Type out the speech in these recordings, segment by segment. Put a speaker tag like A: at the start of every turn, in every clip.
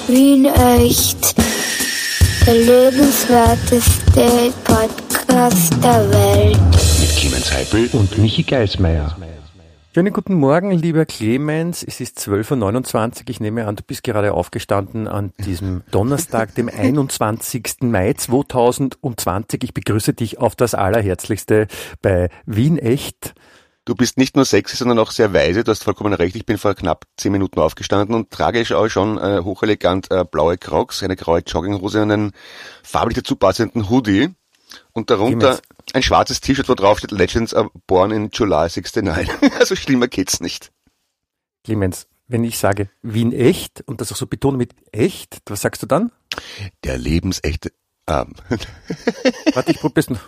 A: Wien echt. Der lebenswerteste Podcast der Welt.
B: Mit Clemens Heipel und Michi Geismeier.
C: Schönen guten Morgen, lieber Clemens. Es ist 12.29 Uhr. Ich nehme an, du bist gerade aufgestanden an diesem Donnerstag, dem 21. Mai 2020. Ich begrüße dich auf das Allerherzlichste bei Wien echt.
D: Du bist nicht nur sexy, sondern auch sehr weise. Du hast vollkommen recht. Ich bin vor knapp 10 Minuten aufgestanden und trage auch schon hochelegant blaue Crocs, eine graue Jogginghose und einen farblich dazu passenden Hoodie. Und darunter ein schwarzes T-Shirt, wo drauf steht Legends are born in July 69. Also schlimmer geht's nicht.
C: Clemens, wenn ich sage Wien echt und das auch so betone mit echt, was sagst du dann?
D: Der lebensechte...
C: Warte, ich probier's noch.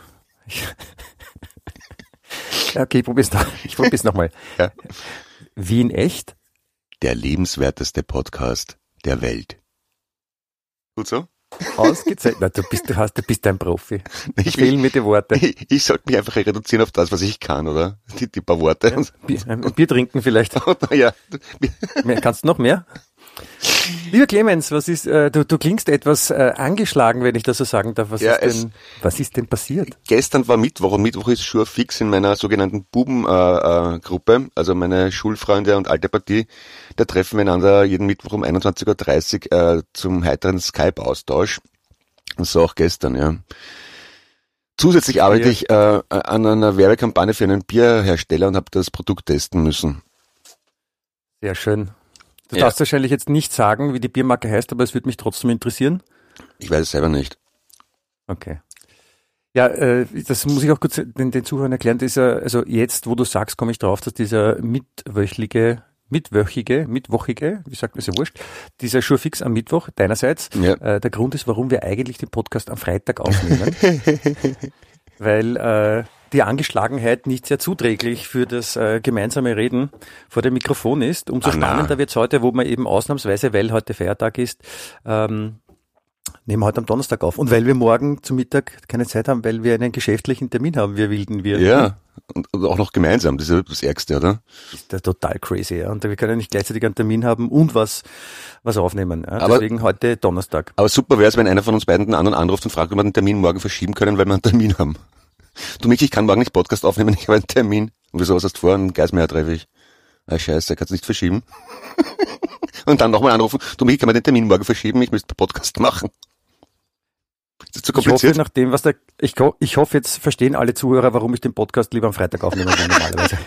C: Okay, ich probier's nochmal.
D: Ja.
C: Wien echt?
D: Der lebenswerteste Podcast der Welt. Gut so?
C: Ausgezeichnet. Du bist ein Profi. Fehlen mir die Worte.
D: Ich sollte mich einfach reduzieren auf das, was ich kann, oder? Die paar Worte.
C: Ja, ein Bier trinken vielleicht.
D: Ja.
C: Kannst du noch mehr? Lieber Clemens, was ist, du klingst etwas angeschlagen, wenn ich das so sagen darf. Was ist denn passiert?
D: Gestern war Mittwoch und Mittwoch ist schon fix in meiner sogenannten Bubengruppe, also meine Schulfreunde und alte Partie. Da treffen wir einander jeden Mittwoch um 21.30 Uhr zum heiteren Skype-Austausch. Und so auch gestern, ja. Zusätzlich arbeite ich an einer Werbekampagne für einen Bierhersteller und habe das Produkt testen müssen.
C: Sehr schön. Du darfst wahrscheinlich jetzt nicht sagen, wie die Biermarke heißt, aber es würde mich trotzdem interessieren.
D: Ich weiß es selber nicht.
C: Okay. Ja, das muss ich auch kurz den Zuhörern erklären. Also jetzt, wo du sagst, komme ich drauf, dass dieser mittwochige, wie sagt man, ist ja wurscht, dieser Schurfix am Mittwoch deinerseits, der Grund ist, warum wir eigentlich den Podcast am Freitag aufnehmen. Weil die Angeschlagenheit nicht sehr zuträglich für das gemeinsame Reden vor dem Mikrofon ist. Umso spannender wird's heute, wo man eben ausnahmsweise, weil heute Feiertag ist, nehmen wir heute am Donnerstag auf. Und weil wir morgen zum Mittag keine Zeit haben, weil wir einen geschäftlichen Termin haben, wir wilden wir.
D: Ja, und auch noch gemeinsam, das ist ja das Ärgste, oder? Das
C: ist ja total crazy, ja. Und wir können ja nicht gleichzeitig einen Termin haben und was aufnehmen. Ja. Deswegen heute Donnerstag.
D: Aber super wäre es, wenn einer von uns beiden den anderen anruft und fragt, ob wir den Termin morgen verschieben können, weil wir einen Termin haben. Du Michi, ich kann morgen nicht Podcast aufnehmen, ich habe einen Termin. Und wieso, was hast du vor? Einen Geismeier treffe ich. Ah, scheiße, kannst du nicht verschieben? Und dann nochmal anrufen. Du Michi, kann man den Termin morgen verschieben? Ich müsste Podcast machen. Ist das zu kompliziert?
C: Ich hoffe, nach dem, was ich hoffe, jetzt verstehen alle Zuhörer, warum ich den Podcast lieber am Freitag aufnehme als normalerweise.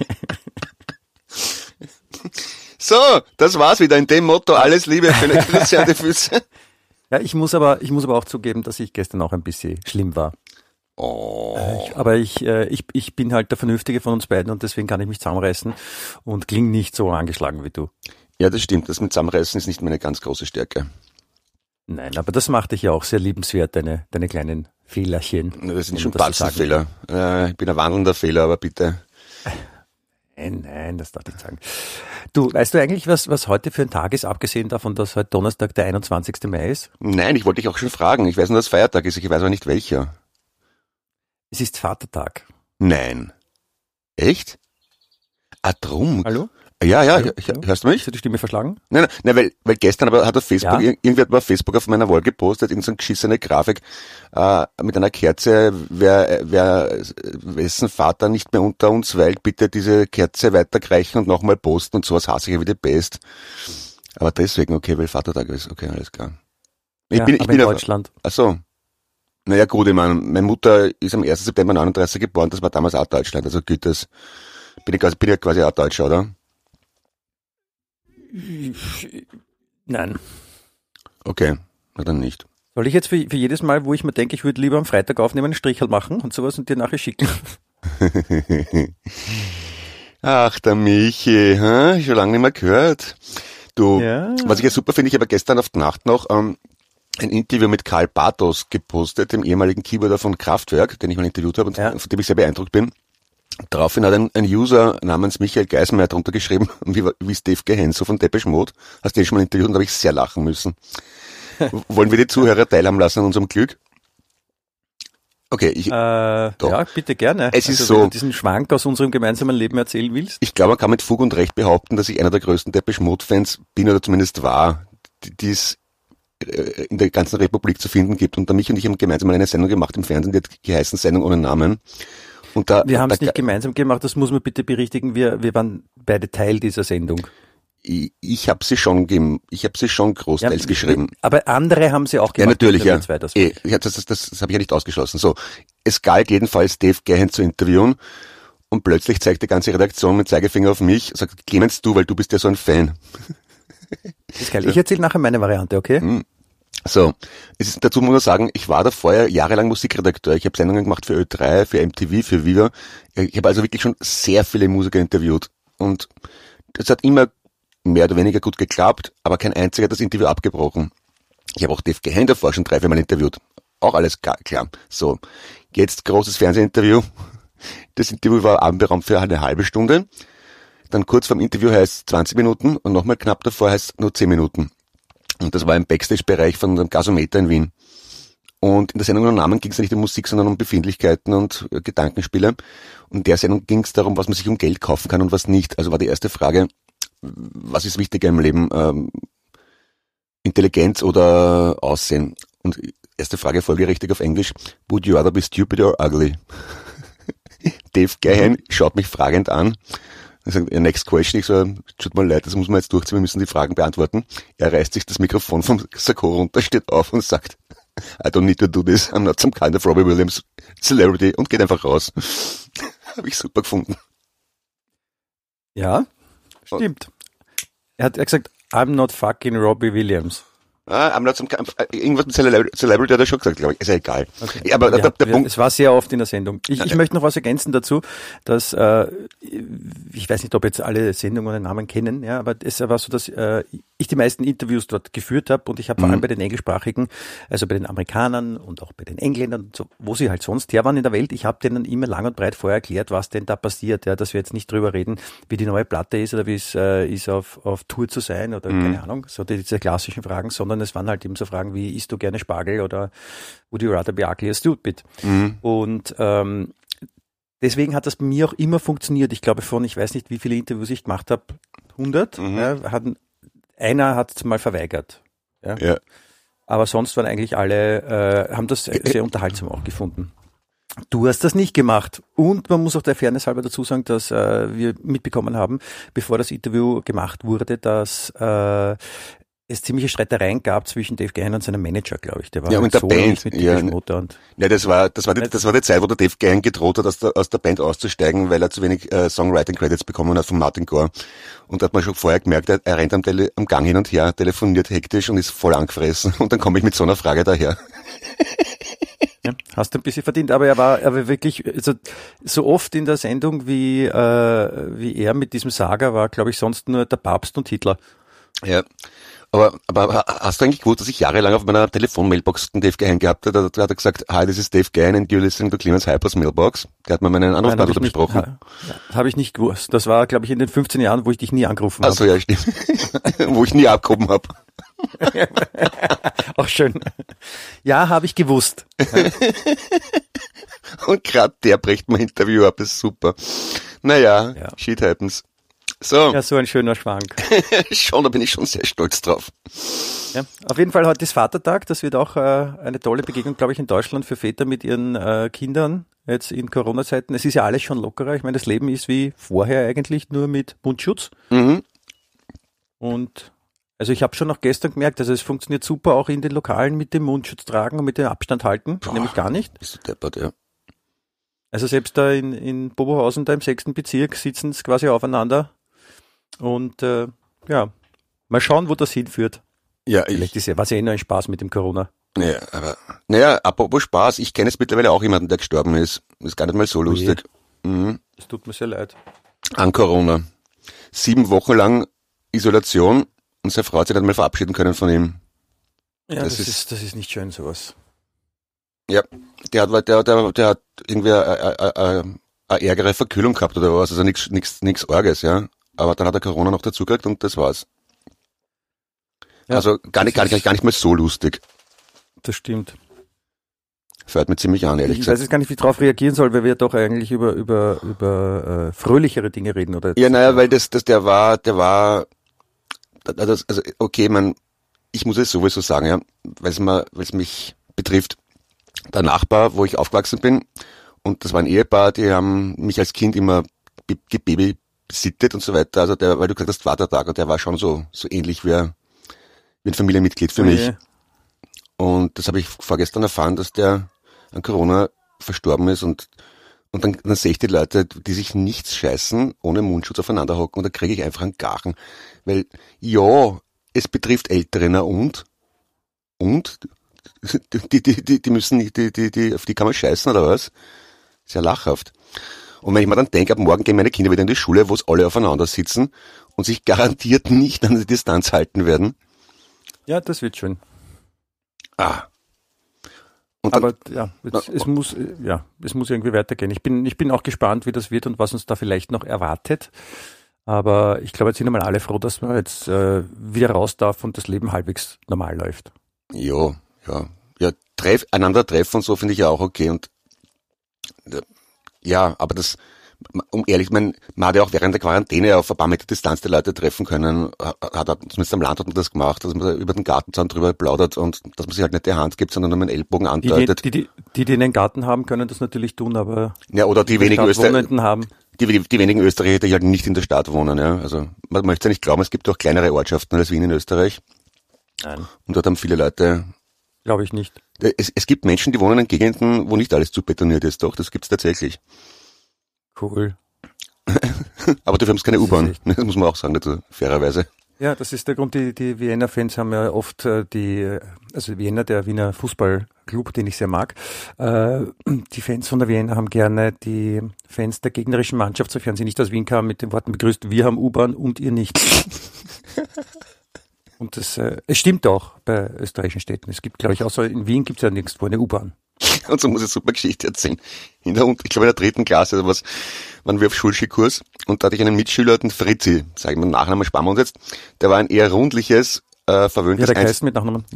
D: So, das war's wieder. In dem Motto, alles Liebe für eine Christiane Füße.
C: Ja, ich muss aber auch zugeben, dass ich gestern auch ein bisschen schlimm war.
D: Oh.
C: Aber ich bin halt der Vernünftige von uns beiden und deswegen kann ich mich zusammenreißen und klinge nicht so angeschlagen wie du.
D: Ja, das stimmt. Das mit Zusammenreißen ist nicht meine ganz große Stärke.
C: Nein, aber das macht dich ja auch sehr liebenswert, deine kleinen Fehlerchen.
D: Das sind schon Balzenfehler. Ich bin ein wandelnder Fehler, aber bitte.
C: Nein, das darf ich nicht sagen. Du, weißt du eigentlich, was heute für ein Tag ist, abgesehen davon, dass heute Donnerstag der 21. Mai ist?
D: Nein, ich wollte dich auch schon fragen. Ich weiß nur, dass Feiertag ist. Ich weiß aber nicht welcher.
C: Es ist Vatertag.
D: Nein. Echt? Ah, drum.
C: Hallo?
D: Ja,
C: Hallo?
D: Hörst du mich?
C: Hast du die Stimme verschlagen?
D: Nein, weil gestern aber hat auf Facebook, irgendwer hat mal auf Facebook auf meiner Wall gepostet, irgend so eine geschissene Grafik, mit einer Kerze, wessen Vater nicht mehr unter uns weilt, bitte diese Kerze weiterreichen und nochmal posten und sowas hasse ich ja wie die Pest. Aber deswegen, okay, weil Vatertag ist, okay, alles klar. Ich bin
C: in Deutschland.
D: Ach so. Naja, gut, ich meine Mutter ist am 1. September 39 geboren, das war damals auch Deutschland, also gilt das. Bin ja quasi auch Deutscher, oder?
C: Nein.
D: Okay, na dann nicht.
C: Soll ich jetzt für jedes Mal, wo ich mir denke, ich würde lieber am Freitag aufnehmen, einen Strichel machen und sowas und dir nachher schicken?
D: Ach, der Michi, schon lange nicht mehr gehört. Du, was ich ja super finde, ich habe gestern auf die Nacht noch ein Interview mit Karl Bartos gepostet, dem ehemaligen Keyboarder von Kraftwerk, den ich mal interviewt habe und von dem ich sehr beeindruckt bin. Daraufhin hat ein User namens Michael Geismeier drunter geschrieben, wie Steve Gehenso von Depeche Mode. Hast du den schon mal interviewt und da habe ich sehr lachen müssen. Wollen wir die Zuhörer teilhaben lassen an unserem Glück? Okay,
C: ja, bitte gerne.
D: Es ist
C: wenn
D: so,
C: du diesen Schwank aus unserem gemeinsamen Leben erzählen willst.
D: Ich glaube, man kann mit Fug und Recht behaupten, dass ich einer der größten Depeche Mode Fans bin oder zumindest war. Die es in der ganzen Republik zu finden gibt. Und mich und ich haben gemeinsam eine Sendung gemacht im Fernsehen, die hat geheißen Sendung ohne Namen. Und
C: wir haben es nicht gemeinsam gemacht, das muss man bitte berichtigen. Wir waren beide Teil dieser Sendung.
D: Ich habe sie schon großteils geschrieben.
C: Aber andere haben sie auch gemacht.
D: Ja, natürlich, ja. Das
C: habe
D: ich ja nicht ausgeschlossen. So, es galt jedenfalls, Dave Gahan zu interviewen und plötzlich zeigt die ganze Redaktion mit Zeigefinger auf mich, sagt, Clemens, du, weil du bist ja so ein Fan.
C: Das ist geil. Ich erzähle nachher meine Variante, okay?
D: So, dazu muss man sagen, ich war da vorher jahrelang Musikredakteur. Ich habe Sendungen gemacht für Ö3, für MTV, für Viva. Ich habe also wirklich schon sehr viele Musiker interviewt. Und das hat immer mehr oder weniger gut geklappt, aber kein einziger hat das Interview abgebrochen. Ich habe auch Dave Gahan davor schon 3-4 Mal interviewt. Auch alles klar. So, jetzt großes Fernsehinterview. Das Interview war anberaumt für eine halbe Stunde. Dann kurz vorm Interview heißt 20 Minuten und nochmal knapp davor heißt nur 10 Minuten. Und das war im Backstage-Bereich von dem Gasometer in Wien. Und in der Sendung ohne Namen ging es nicht um Musik, sondern um Befindlichkeiten und Gedankenspiele. Und in der Sendung ging es darum, was man sich um Geld kaufen kann und was nicht. Also war die erste Frage, was ist wichtiger im Leben? Intelligenz oder Aussehen? Und erste Frage folgerichtig auf Englisch. Would you rather be stupid or ugly? Dave Gahan schaut mich fragend an. Er sagt, next question. Ich so, tut mir leid, das muss man jetzt durchziehen, wir müssen die Fragen beantworten. Er reißt sich das Mikrofon vom Sakko runter, steht auf und sagt, I don't need to do this, I'm not some kind of Robbie Williams celebrity und geht einfach raus. Habe ich super gefunden.
C: Ja, stimmt. Er hat gesagt, I'm not fucking Robbie Williams.
D: I'm not some kind of, irgendwas mit Celebrity hat er schon gesagt, glaube ich. Ist ja egal.
C: Okay. Aber ja, der Punkt. Es war sehr oft in der Sendung. Ich möchte noch was ergänzen dazu, dass, ich weiß nicht, ob jetzt alle Sendungen einen Namen kennen, ja, aber es war so, dass ich die meisten Interviews dort geführt habe und ich habe vor allem bei den englischsprachigen, also bei den Amerikanern und auch bei den Engländern, so, wo sie halt sonst her waren in der Welt, ich habe denen immer lang und breit vorher erklärt, was denn da passiert, ja, dass wir jetzt nicht drüber reden, wie die neue Platte ist oder wie es ist, auf Tour zu sein oder keine Ahnung, so diese klassischen Fragen, sondern es waren halt eben so Fragen wie, isst du gerne Spargel oder would you rather be ugly or stupid? Und deswegen hat das bei mir auch immer funktioniert. Ich glaube ich weiß nicht, wie viele Interviews ich gemacht habe, 100, einer hat es mal verweigert. Ja.
D: Ja.
C: Aber sonst waren eigentlich alle, haben das sehr unterhaltsam auch gefunden. Du hast das nicht gemacht. Und man muss auch der Fairness halber dazu sagen, dass wir mitbekommen haben, bevor das Interview gemacht wurde, dass es ziemliche Streitereien gab zwischen Dave Gahan und seinem Manager, glaube ich. Der war
D: ja, und der
C: so
D: Band.
C: Mit
D: ja,
C: und
D: ja, das war die Zeit, wo der Dave Gahan gedroht hat, aus der Band auszusteigen, weil er zu wenig Songwriting-Credits bekommen hat von Martin Gore. Und da hat man schon vorher gemerkt, er rennt am Gang hin und her, telefoniert hektisch und ist voll angefressen. Und dann komme ich mit so einer Frage daher.
C: Ja, hast du ein bisschen verdient, aber er war wirklich, also, so oft in der Sendung, wie er mit diesem Saga war, glaube ich, sonst nur der Papst und Hitler.
D: Ja. Aber hast du eigentlich gewusst, dass ich jahrelang auf meiner Telefonmailbox den Dave Gahan gehabt habe? Da hat er gesagt, hi, this is Dave Gahan and you're listening to Clemens Hypers Mailbox. Der hat mir meinen Anrufbeantworter besprochen.
C: Habe ich nicht gewusst. Das war, glaube ich, in den 15 Jahren, wo ich dich nie angerufen habe.
D: Ach so, ja, stimmt. Wo ich nie abgehoben habe.
C: Auch schön. Ja, habe ich gewusst.
D: Und gerade der bricht mein Interview ab, das ist super. Naja, shit happens. So.
C: Ja, so ein schöner Schwank.
D: Schon, da bin ich schon sehr stolz drauf.
C: Ja, auf jeden Fall heute ist Vatertag. Das wird auch eine tolle Begegnung, glaube ich, in Deutschland für Väter mit ihren Kindern jetzt in Corona-Zeiten. Es ist ja alles schon lockerer. Ich meine, das Leben ist wie vorher eigentlich, nur mit Mundschutz. Und also ich habe schon noch gestern gemerkt, also es funktioniert super auch in den Lokalen mit dem Mundschutz tragen und mit dem Abstand halten, nämlich gar nicht.
D: Bist du deppert, ja.
C: Also selbst da in Bobohausen, da im 6. Bezirk, sitzen es quasi aufeinander. Und ja, mal schauen, wo das hinführt.
D: Ja,
C: war es ja eh nur ein Spaß mit dem Corona.
D: Ja, aber apropos Spaß, ich kenne jetzt mittlerweile auch jemanden, der gestorben ist. Ist gar nicht mal so lustig.
C: Das tut mir sehr leid.
D: An Corona. 7 Wochen lang Isolation und seine Frau hat sich nicht mehr verabschieden können von ihm.
C: Ja, das ist nicht schön, sowas.
D: Ja, der hat irgendwie eine ärgere Verkühlung gehabt oder was, also nix Orges, ja. Aber dann hat er Corona noch dazu gekriegt und das war's. Ja, also gar nicht mal so lustig.
C: Das stimmt.
D: Fällt mir ziemlich an, ehrlich
C: gesagt. Ich weiß jetzt gar nicht, wie ich darauf reagieren soll, weil wir doch eigentlich über fröhlichere Dinge reden, oder?
D: Ja, naja, weil der war, also okay, ich muss es sowieso sagen, ja, weil es mich betrifft. Der Nachbar, wo ich aufgewachsen bin, und das war ein Ehepaar, die haben mich als Kind immer gebabysittet und so weiter. Also weil du gesagt hast, Vatertag, und der war schon so ähnlich wie ein Familienmitglied für mich. Und das habe ich vorgestern erfahren, dass der an Corona verstorben ist, und dann sehe ich die Leute, die sich nichts scheißen, ohne Mundschutz aufeinander hocken, und da kriege ich einfach einen Gachen. Weil, ja, es betrifft Ältere, na und? Die müssen nicht, auf die kann man scheißen, oder was? Ist ja lachhaft. Und wenn ich mir dann denke, ab morgen gehen meine Kinder wieder in die Schule, wo es alle aufeinander sitzen und sich garantiert nicht an die Distanz halten werden.
C: Ja, das wird schön.
D: Und
C: aber ja, es muss irgendwie weitergehen. Ich bin auch gespannt, wie das wird und was uns da vielleicht noch erwartet. Aber ich glaube, jetzt sind einmal alle froh, dass man jetzt wieder raus darf und das Leben halbwegs normal läuft.
D: Ja, einander treffen und so finde ich ja auch okay. Und ja, aber das, um ehrlich, man hat ja auch während der Quarantäne auf ein paar Meter Distanz die Leute treffen können. Zumindest am Land hat man das gemacht, dass man da über den Gartenzaun drüber plaudert und dass man sich halt nicht die Hand gibt, sondern nur mit dem Ellbogen andeutet.
C: Die einen Garten haben, können das natürlich tun, aber
D: ja, oder die wenigen
C: Stadtwohnenden haben.
D: Die wenigen Österreicher, die halt nicht in der Stadt wohnen, ja. Also man möchte ja nicht glauben, es gibt auch kleinere Ortschaften als Wien in Österreich.
C: Nein.
D: Und dort haben viele Leute.
C: Glaube ich nicht.
D: Es gibt Menschen, die wohnen in Gegenden, wo nicht alles zu betoniert ist, doch, das gibt's tatsächlich.
C: Cool.
D: Aber dafür haben sie keine U-Bahn, das muss man auch sagen dazu, fairerweise.
C: Ja, das ist der Grund, die Vienna-Fans haben ja oft also Vienna, der Wiener Fußballclub, den ich sehr mag, die Fans von der Vienna haben gerne die Fans der gegnerischen Mannschaft, sofern sie nicht aus Wien kamen, mit den Worten begrüßt, wir haben U-Bahn und ihr nicht. Und es stimmt auch bei österreichischen Städten. Es gibt, glaube ich, außer in Wien gibt es ja nirgendwo eine U-Bahn.
D: Und so muss ich eine super Geschichte erzählen. Ich glaube in der 3. Klasse oder was, waren wir auf Schulskikurs, und da hatte ich einen Mitschüler, den Fritzi, sage ich mal Nachnamen, sparen wir uns jetzt, der war ein eher rundliches, verwöhntes
C: mit Nachnamen.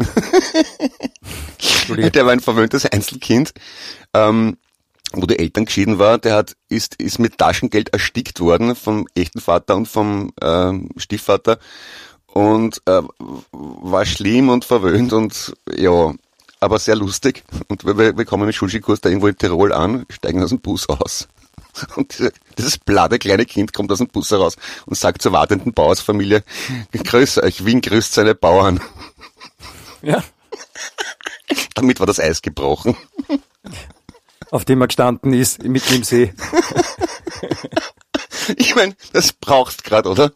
D: Der war ein verwöhntes Einzelkind, wo die Eltern geschieden war, ist mit Taschengeld erstickt worden vom echten Vater und vom Stiefvater, und war schlimm und verwöhnt und ja, aber sehr lustig. Und wir kommen mit Schulskikurs da irgendwo in Tirol an, steigen aus dem Bus aus. Und dieses blade kleine Kind kommt aus dem Bus heraus und sagt zur wartenden Bauersfamilie, grüß euch, Wien grüßt seine Bauern.
C: Ja.
D: Damit war das Eis gebrochen.
C: Auf dem er gestanden ist, mitten im See.
D: Ich meine, das brauchst grad, oder?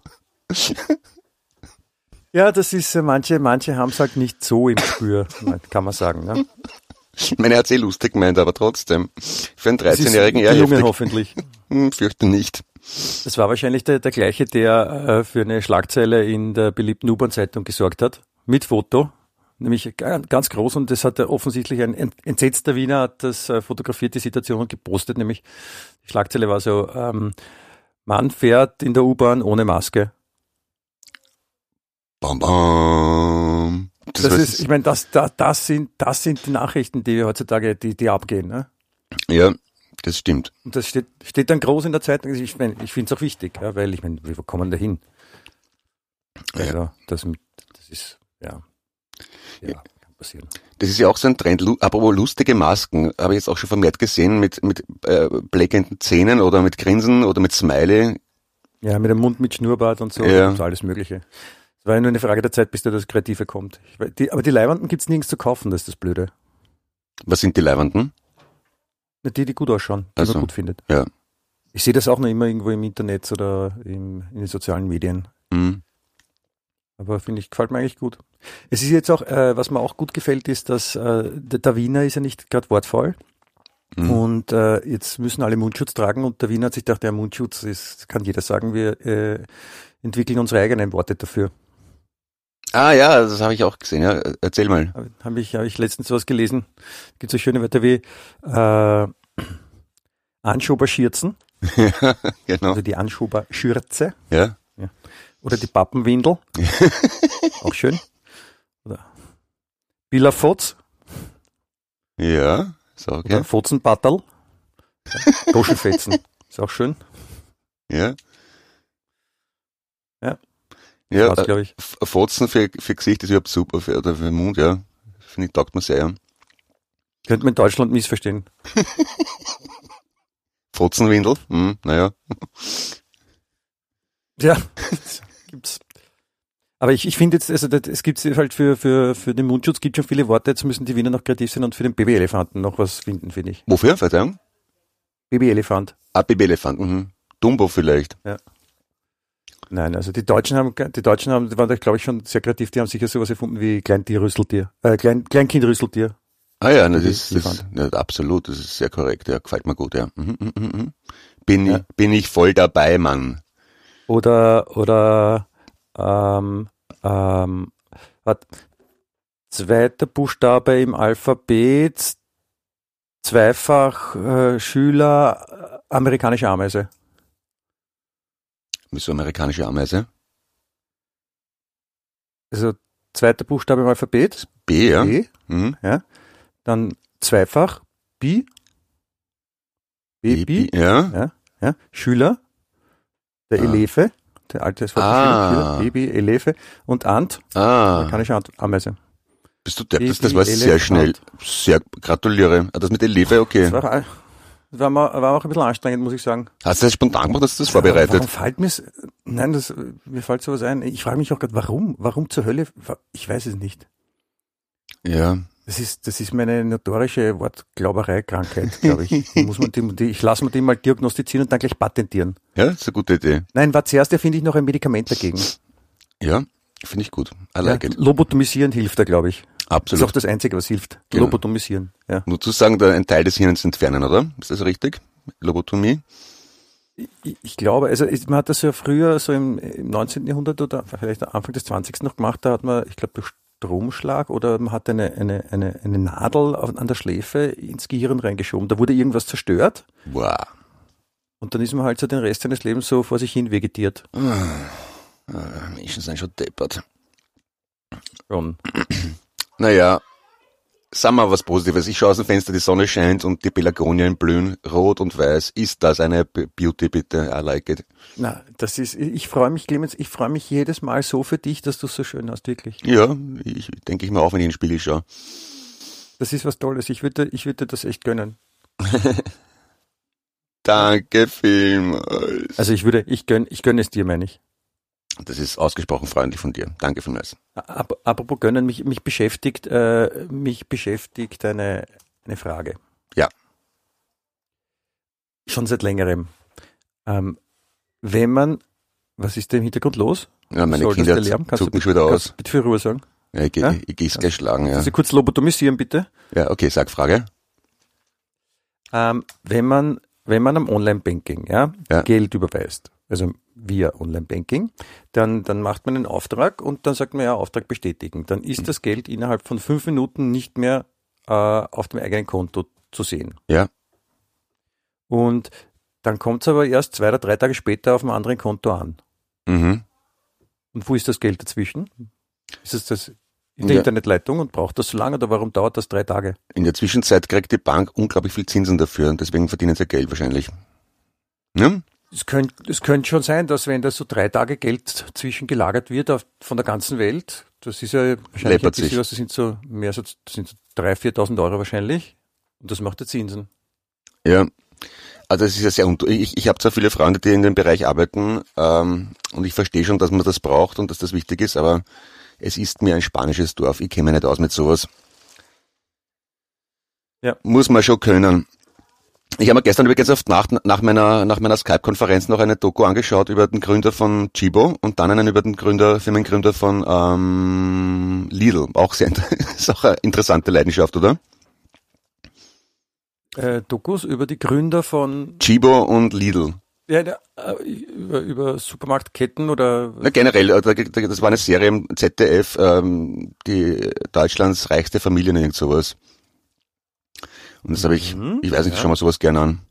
C: Ja, das ist, manche haben es halt nicht so im Gespür, kann man sagen. Ne?
D: Ich meine, er hat es lustig gemeint, aber trotzdem. Für einen 13-Jährigen eher
C: heftig.
D: Junge
C: Hoffentlich.
D: Fürchte nicht.
C: Das war wahrscheinlich der gleiche, der für eine Schlagzeile in der beliebten U-Bahn-Zeitung gesorgt hat, mit Foto, nämlich ganz groß, und das hat offensichtlich ein entsetzter Wiener hat das fotografiert, die Situation, und gepostet, nämlich die Schlagzeile war so, Mann fährt in der U-Bahn ohne Maske.
D: Bam, bam.
C: Ich meine, das sind die Nachrichten, die heutzutage, die abgehen, ne?
D: Ja, das stimmt.
C: Und das steht dann groß in der Zeitung. Ich finde es auch wichtig, ja, weil ich meine, wir kommen dahin. Also,
D: ja.
C: Das ist, ja, kann passieren.
D: Das ist ja auch so ein Trend, aber lustige Masken habe ich jetzt auch schon vermehrt gesehen, mit blechenden Zähnen oder mit Grinsen oder mit Smiley.
C: Ja, mit dem Mund mit Schnurrbart und so,
D: ja.
C: Und so alles Mögliche. Es war ja nur eine Frage der Zeit, bis da das Kreative kommt. Aber die Leihwanden gibt's nirgends zu kaufen, das ist das Blöde.
D: Was sind die Leihwanden?
C: Die gut ausschauen, die man gut findet.
D: Ja.
C: Ich sehe das auch noch immer irgendwo im Internet oder in den sozialen Medien.
D: Mhm.
C: Aber gefällt mir eigentlich gut. Es ist jetzt auch, was mir auch gut gefällt, ist, dass der Wiener ist ja nicht gerade wortfaul. Mhm. Und jetzt müssen alle Mundschutz tragen, und der Wiener hat sich gedacht, der Mundschutz ist, kann jeder sagen, wir entwickeln unsere eigenen Worte dafür.
D: Ah ja, das habe ich auch gesehen. Ja, erzähl mal.
C: Habe ich letztens was gelesen. Es gibt so schöne Wörter wie Anschoberschürzen.
D: Ja, genau.
C: Also die Anschoberschürze.
D: Ja.
C: Oder die Pappenwindel. Auch schön. Oder Billerfotz.
D: Ja, ist auch okay.
C: Oder Fotzenbatterl. Goschenfetzen. Ist auch schön.
D: Ja.
C: Ja.
D: Ja,
C: glaube ich.
D: Fotzen für Gesicht ist überhaupt super, oder für den Mund, ja. Finde ich, taugt mir sehr, ja.
C: Könnte man in Deutschland missverstehen.
D: Fotzenwindel? Naja.
C: Ja, gibt's. Aber ich finde jetzt, also es gibt halt für den Mundschutz gibt schon viele Worte, jetzt müssen die Wiener noch kreativ sein und für den Babyelefanten noch was finden, finde ich.
D: Wofür, Verzeihung?
C: Babyelefant.
D: Babyelefant, Dumbo vielleicht.
C: Ja. Nein, also die Deutschen waren da, glaube ich, schon sehr kreativ, die haben sicher sowas erfunden wie Kleinkindrüsseltier.
D: Ah ja, das ist absolut, das ist sehr korrekt, ja, gefällt mir gut, ja. Bin ich voll dabei, Mann.
C: Oder zweiter Buchstabe im Alphabet, zweifach Schüler, amerikanische Ameise.
D: Wieso amerikanische Ameise?
C: Also zweiter Buchstabe im Alphabet.
D: B, ja.
C: B, ja. Dann zweifach B. B.
D: Ja.
C: Schüler, der Elefe, der alte Schüler, Baby, Elefe und Ant, amerikanische Ameise.
D: Bist du depp, das war sehr schnell. Sehr gratuliere. Das mit Elefe, okay.
C: Das war auch ein bisschen anstrengend, muss ich sagen.
D: Hast du das spontan gemacht, hast du das vorbereitet?
C: Warum fällt mir's? Nein, mir fällt sowas ein. Ich frage mich auch gerade, warum? Warum zur Hölle? Ich weiß es nicht.
D: Ja.
C: Das ist meine notorische Wortglauberei-Krankheit, glaube ich. Ich lasse mir die mal diagnostizieren und dann gleich patentieren.
D: Ja, ist eine gute Idee.
C: Nein, war zuerst erfinde ich noch ein Medikament dagegen.
D: Ja, finde ich gut. I like it.
C: Lobotomisieren hilft da, glaube ich.
D: Absolut.
C: Das ist auch das Einzige, was hilft. Genau. Lobotomisieren. Ja.
D: Nur zu sagen, da ein Teil des Hirns entfernen, oder? Ist das richtig? Lobotomie?
C: Ich glaube, also man hat das ja früher so im 19. Jahrhundert oder vielleicht Anfang des 20. noch gemacht, da hat man, ich glaube, durch Stromschlag oder man hat eine Nadel an der Schläfe ins Gehirn reingeschoben. Da wurde irgendwas zerstört.
D: Wow.
C: Und dann ist man halt so den Rest seines Lebens so vor sich hin vegetiert.
D: Menschen sind schon deppert.
C: Schon.
D: Naja, sagen wir was Positives. Ich schaue aus dem Fenster, die Sonne scheint und die Pelargonien blühen rot und weiß. Ist das eine Beauty, bitte? I like it.
C: Na, ich freue mich, Clemens, ich freue mich jedes Mal so für dich, dass du es so schön hast, wirklich.
D: Ja, denke ich mir auch, wenn ich in den Spiegel schaue.
C: Das ist was Tolles. Ich würde dir das echt gönnen.
D: Danke vielmals.
C: Also ich gönne es dir, meine ich.
D: Das ist ausgesprochen freundlich von dir. Danke vielmals.
C: Apropos gönnen, mich beschäftigt eine Frage.
D: Ja.
C: Schon seit längerem. Was ist da im Hintergrund los?
D: Ja, meine Kinder zucken schon wieder aus.
C: Kannst du bitte für Ruhe sagen?
D: Ja, ich gehe es gleich schlagen, ja.
C: Kannst du kurz lobotomisieren, bitte?
D: Ja, okay, sag Frage.
C: Wenn man am Online-Banking Geld überweist, also via Online-Banking, dann macht man einen Auftrag und dann sagt man ja, Auftrag bestätigen. Dann ist das Geld innerhalb von 5 Minuten nicht mehr auf dem eigenen Konto zu sehen.
D: Ja.
C: Und dann kommt es aber erst 2 oder 3 Tage später auf einem anderen Konto an.
D: Mhm.
C: Und wo ist das Geld dazwischen? Ist es das in der Internetleitung und braucht das so lange oder warum dauert das 3 Tage?
D: In der Zwischenzeit kriegt die Bank unglaublich viel Zinsen dafür und deswegen verdienen sie Geld wahrscheinlich. Ne?
C: Es könnte schon sein, dass wenn da so 3 Tage Geld zwischengelagert wird von der ganzen Welt, das ist ja wahrscheinlich ein bisschen was, das sind so 3.000, 4.000 Euro wahrscheinlich und das macht ja Zinsen.
D: Ja, also es ist ja sehr, ich habe zwar viele Freunde, die in dem Bereich arbeiten und ich verstehe schon, dass man das braucht und dass das wichtig ist, aber es ist mir ein spanisches Dorf, ich kenne mich nicht aus mit sowas. Ja. Muss man schon können. Ich habe mir gestern übrigens oft nach meiner Skype-Konferenz noch eine Doku angeschaut über den Gründer von Chibo und dann einen über den Firmengründer von Lidl. Auch ist auch eine interessante Leidenschaft, oder?
C: Dokus über die Gründer von
D: Chibo und Lidl.
C: Ja, über Supermarktketten oder?
D: Na, generell, das war eine Serie im ZDF, die Deutschlands reichste Familien, irgend sowas. Und das habe ich weiß nicht, ich schaue mir sowas gerne an.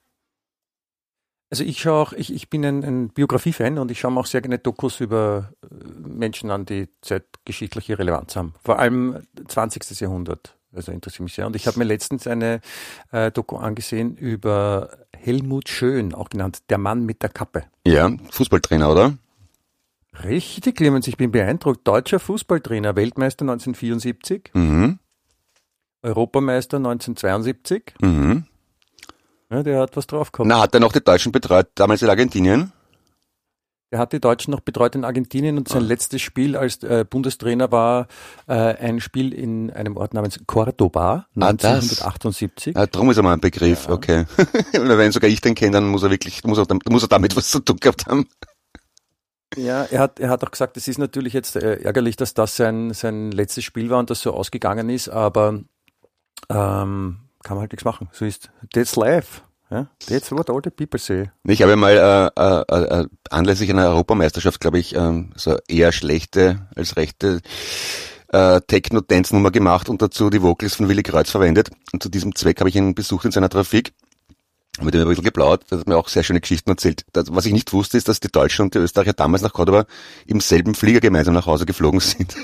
C: Also ich bin ein Biografie-Fan und ich schaue mir auch sehr gerne Dokus über Menschen an, die zeitgeschichtliche Relevanz haben. Vor allem 20. Jahrhundert. Also interessiert mich sehr. Und ich habe mir letztens eine Doku angesehen über Helmut Schön, auch genannt der Mann mit der Kappe.
D: Ja, Fußballtrainer, oder?
C: Richtig, Clemens, ich bin beeindruckt. Deutscher Fußballtrainer, Weltmeister 1974, Europameister 1972. Ja, der hat was drauf gehabt.
D: Na, hat er noch die Deutschen betreut, damals in Argentinien?
C: Er hat die Deutschen noch betreut in Argentinien und sein letztes Spiel als Bundestrainer war ein Spiel in einem Ort namens Cordoba 1978.
D: Darum ist er mal ein Begriff, okay. Wenn sogar ich den kenne, dann muss er damit was zu tun gehabt haben.
C: Ja, er hat auch gesagt, es ist natürlich jetzt ärgerlich, dass das sein letztes Spiel war und das so ausgegangen ist, aber kann man halt nichts machen. So ist that's life. Ja, that's what all the people say.
D: Ich habe mal anlässlich einer Europameisterschaft, glaube ich, so eher schlechte als rechte Techno-Dance-Nummer gemacht und dazu die Vocals von Willi Kreuz verwendet. Und zu diesem Zweck habe ich ihn besucht in seiner Trafik. Mit dem ein bisschen geplaudert, der hat mir auch sehr schöne Geschichten erzählt. Was ich nicht wusste, ist, dass die Deutschen und die Österreicher damals nach Cordoba im selben Flieger gemeinsam nach Hause geflogen sind.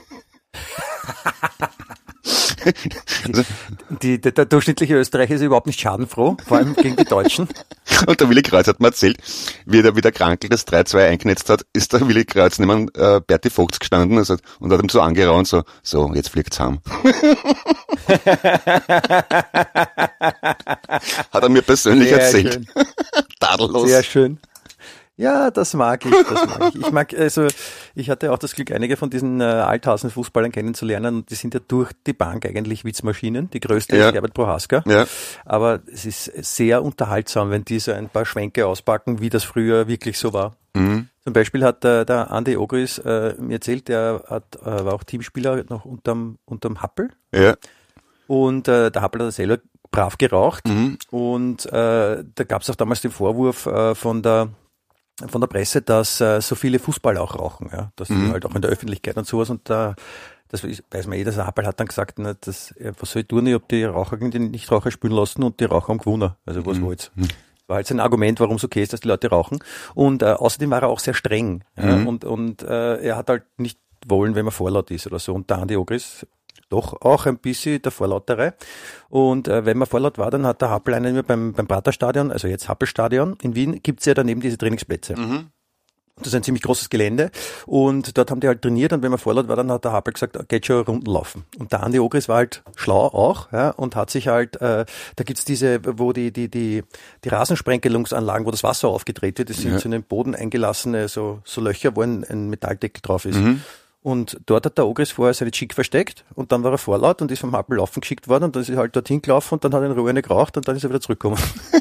C: Also, der durchschnittliche Österreicher ist überhaupt nicht schadenfroh, vor allem gegen die Deutschen.
D: Und der Willi Kreuz hat mir erzählt, wie der Krankel das 3-2 eingenetzt hat, ist der Willi Kreuz neben Berti Vogts gestanden und hat ihm so angeraunt, so, jetzt fliegt's heim. Hat er mir persönlich erzählt.
C: Schön.
D: Tadellos.
C: Sehr schön. Ja, das mag ich. Ich hatte auch das Glück, einige von diesen Althasen-Fußballern kennenzulernen und die sind ja durch die Bank eigentlich Witzmaschinen. Die größte ist Herbert Prohaska. Ja. Aber es ist sehr unterhaltsam, wenn die so ein paar Schwänke auspacken, wie das früher wirklich so war. Mhm. Zum Beispiel hat der Andi Ogris mir erzählt, der war auch Teamspieler noch unterm Happel. Ja. Und der Happel hat selber brav geraucht. Mhm. Und da gab es auch damals den Vorwurf von der Presse, dass so viele Fußballer auch rauchen, ja, dass die halt auch in der Öffentlichkeit und sowas und das weiß man der Happel hat dann gesagt, ne, was soll ich tun, ich hab die Raucher gegen die Nichtraucher spielen lassen und die Raucher haben gewonnen, also was wollt's. Das war halt sein Argument, warum es okay ist, dass die Leute rauchen und außerdem war er auch sehr streng ja, und er hat halt nicht wollen, wenn man vorlaut ist oder so und der Andi Ogris doch auch ein bisschen der Vorlauterei. Und wenn man vorlaut war, dann hat der Happel einen beim Praterstadion, also jetzt Happelstadion in Wien, gibt's ja daneben diese Trainingsplätze. Mhm. Das ist ein ziemlich großes Gelände und dort haben die halt trainiert und wenn man vorlaut war, dann hat der Happel gesagt, geht schon Runden laufen. Und der Andi Ogris war halt schlau auch ja, und hat sich halt, da gibt's diese, wo die Rasensprenkelungsanlagen, wo das Wasser aufgedreht wird, das sind so in den Boden eingelassene so Löcher, wo ein Metalldeckel drauf ist. Mhm. Und dort hat der Ogris vorher seine Chick versteckt und dann war er vorlaut und ist vom Happel laufen geschickt worden und dann ist er halt dorthin gelaufen und dann hat er in Ruhe eine geraucht und dann ist er wieder zurückgekommen.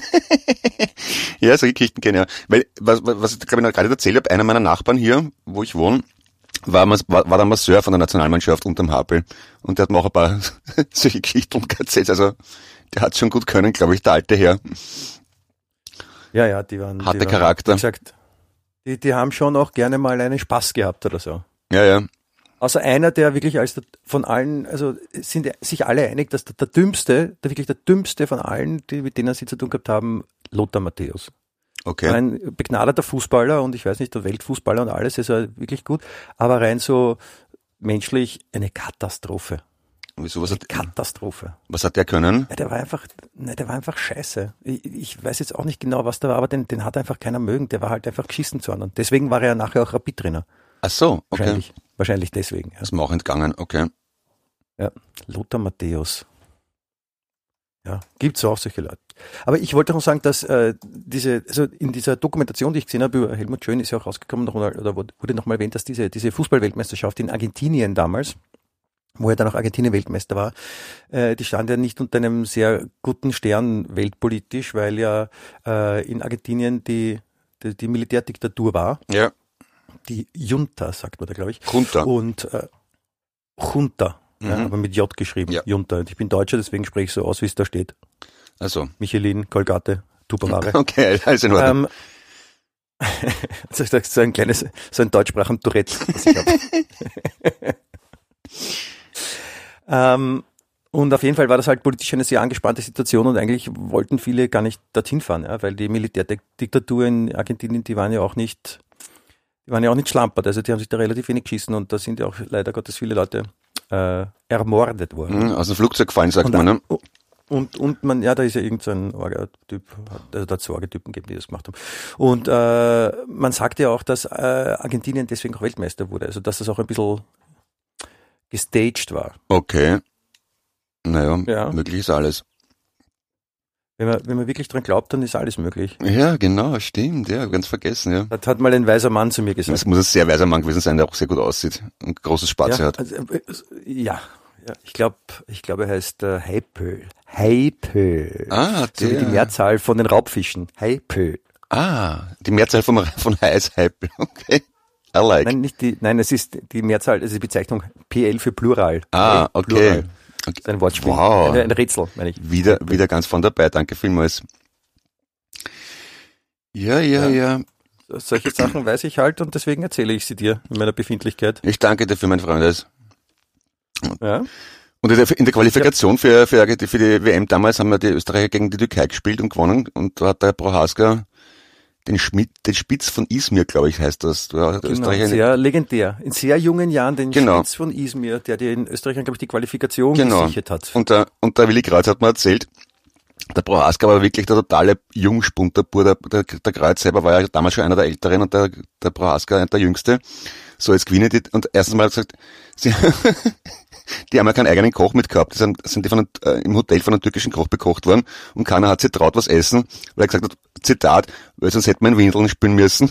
C: Ja, solche Geschichten kenne ich ja. Weil, was ich glaube ich noch gerade erzählt habe, einer meiner Nachbarn hier, wo ich wohne, war der Masseur von der Nationalmannschaft unterm Happel und der hat mir auch ein paar solche Geschichten erzählt. Also der hat schon gut können, glaube ich, der alte Herr. Ja, die waren... Harter Charakter. Wie gesagt, die haben schon auch gerne mal einen Spaß gehabt oder so. Ja. Also einer, der wirklich von allen, also sind sich alle einig, dass der Dümmste von allen, mit denen sie zu tun gehabt haben, Lothar Matthäus. Okay. Ein begnadeter Fußballer und ich weiß nicht, der Weltfußballer und alles, ist er wirklich gut, aber rein so menschlich eine Katastrophe. Wieso? Katastrophe. Was hat der können? Ja, der war einfach scheiße. Ich weiß jetzt auch nicht genau, was da war, aber den hat einfach keiner mögen. Der war halt einfach geschissen zu anderen. Deswegen war er ja nachher auch Rapid-Trainer. Ach so, okay. Wahrscheinlich deswegen. Ja. Ist mir auch entgangen, okay. Ja, Lothar Matthäus. Ja, gibt's auch solche Leute. Aber ich wollte noch sagen, dass in dieser Dokumentation, die ich gesehen habe über Helmut Schön, ist ja auch rausgekommen, oder wurde nochmal erwähnt, dass diese Fußball-Weltmeisterschaft in Argentinien damals, wo er dann auch Argentinien-Weltmeister war, die stand ja nicht unter einem sehr guten Stern weltpolitisch, weil ja in Argentinien die Militärdiktatur war. Ja. Die Junta, sagt man da, glaube ich. Junta. Und Junta, ja, aber mit J geschrieben. Ja. Junta. Und ich bin Deutscher, deswegen spreche ich so aus, wie es da steht. Also. Michelin, Colgate, Tupperware. Okay, also in Ordnung. So ein deutschsprachigen Tourette, was ich habe. Und auf jeden Fall war das halt politisch eine sehr angespannte Situation und eigentlich wollten viele gar nicht dorthin fahren, ja, weil die Militärdiktatur in Argentinien, die waren ja auch nicht schlampert, also die haben sich da relativ wenig geschissen und da sind ja auch leider Gottes viele Leute ermordet worden. Aus dem Flugzeug gefallen, sagt man, ne? Und da ist ja irgend so ein Orga-Typ, also da hat es Orga-Typen gegeben, die das gemacht haben. Und man sagt ja auch, dass Argentinien deswegen auch Weltmeister wurde, also dass das auch ein bisschen gestaged war.
D: Okay. Naja, möglich ist alles.
C: Wenn man wirklich dran glaubt, dann ist alles möglich.
D: Ja, genau, stimmt, ja, ganz vergessen, ja.
C: Das hat mal ein weiser Mann zu mir gesagt.
D: Es muss ein sehr weiser Mann gewesen sein, der auch sehr gut aussieht und großes Spatze hat.
C: Also, ja, ich glaube, er heißt Haipö. Haipö. So wie die Mehrzahl von den Raubfischen. Haipö.
D: Die Mehrzahl von Heiß, Haipö, okay. I like.
C: Nein, es ist die Mehrzahl, also die Bezeichnung PL für Plural.
D: Okay.
C: Plural. Das ist ein Wortspiel.
D: Wow.
C: Ein Rätsel, meine ich.
D: Wieder ganz von dabei, danke vielmals. Ja.
C: Solche Sachen weiß ich halt und deswegen erzähle ich sie dir in meiner Befindlichkeit.
D: Ich danke dir für mein Freundes.
C: Ja.
D: Und in der Qualifikation für die WM damals haben wir die Österreicher gegen die Türkei gespielt und gewonnen und da hat der Prohaska den Spitz von Izmir, glaube ich, heißt das.
C: Österreicher sehr legendär. In sehr jungen Jahren den Spitz von Izmir, der den Österreichern, glaube ich, die Qualifikation gesichert hat.
D: Und der Willi Kreuz hat mir erzählt, der Prohaska war wirklich der totale Jungspund, der Kreuz selber war ja damals schon einer der Älteren und der Prohaska der Jüngste. So, jetzt gewinnen die, und erstens mal gesagt, die haben ja keinen eigenen Koch mit gehabt, sind die im Hotel von einem türkischen Koch bekocht worden und keiner hat sich traut was essen, weil er gesagt hat, Zitat, weil sonst hätten wir in Windeln spielen müssen.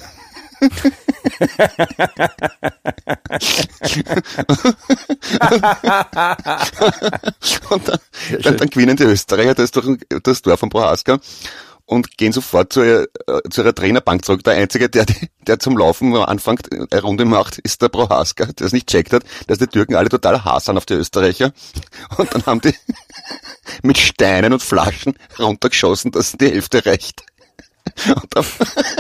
D: Und dann gewinnen die Österreicher das Dorf von Prohaska und gehen sofort zu ihrer Trainerbank zurück. Der Einzige, der zum Laufen anfängt, eine Runde macht, ist der Prohaska, der es nicht checkt hat, dass die Türken alle total Hass haben auf die Österreicher. Und dann haben die mit Steinen und Flaschen runtergeschossen, dass die Hälfte reicht. Und dann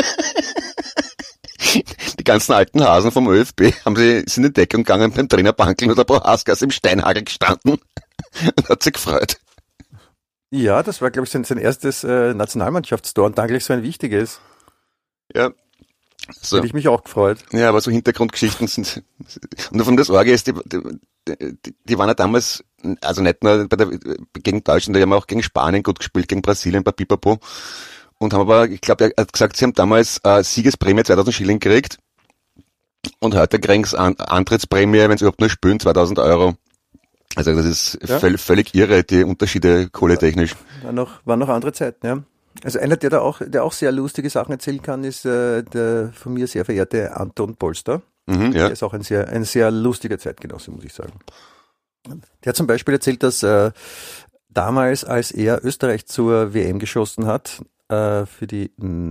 D: die ganzen alten Hasen vom ÖFB sind in Deckung gegangen beim Trainerbankeln und der Prohaska ist im Steinhagel gestanden und hat sich gefreut.
C: Ja, das war, glaube ich, sein erstes Nationalmannschaftstor und eigentlich so ein wichtiges.
D: Ja. So.
C: Hätte ich mich auch gefreut.
D: Ja, aber so Hintergrundgeschichten sind, und davon das Orge ist, die waren ja damals, also nicht nur gegen Deutschland, die haben auch gegen Spanien gut gespielt, gegen Brasilien bei Pipapo. Und haben aber, ich glaube, er hat gesagt, sie haben damals Siegesprämie 2000 Schilling gekriegt. Und heute kriegen sie Antrittsprämie, wenn sie überhaupt nur spielen, 2000 Euro. Also das ist völlig irre, die Unterschiede kohletechnisch.
C: Waren noch andere Zeiten, ja. Also einer, der auch sehr lustige Sachen erzählen kann, ist der von mir sehr verehrte Anton Polster. Der ist auch ein sehr lustiger Zeitgenosse, muss ich sagen. Der hat zum Beispiel erzählt, dass damals, als er Österreich zur WM geschossen hat, für die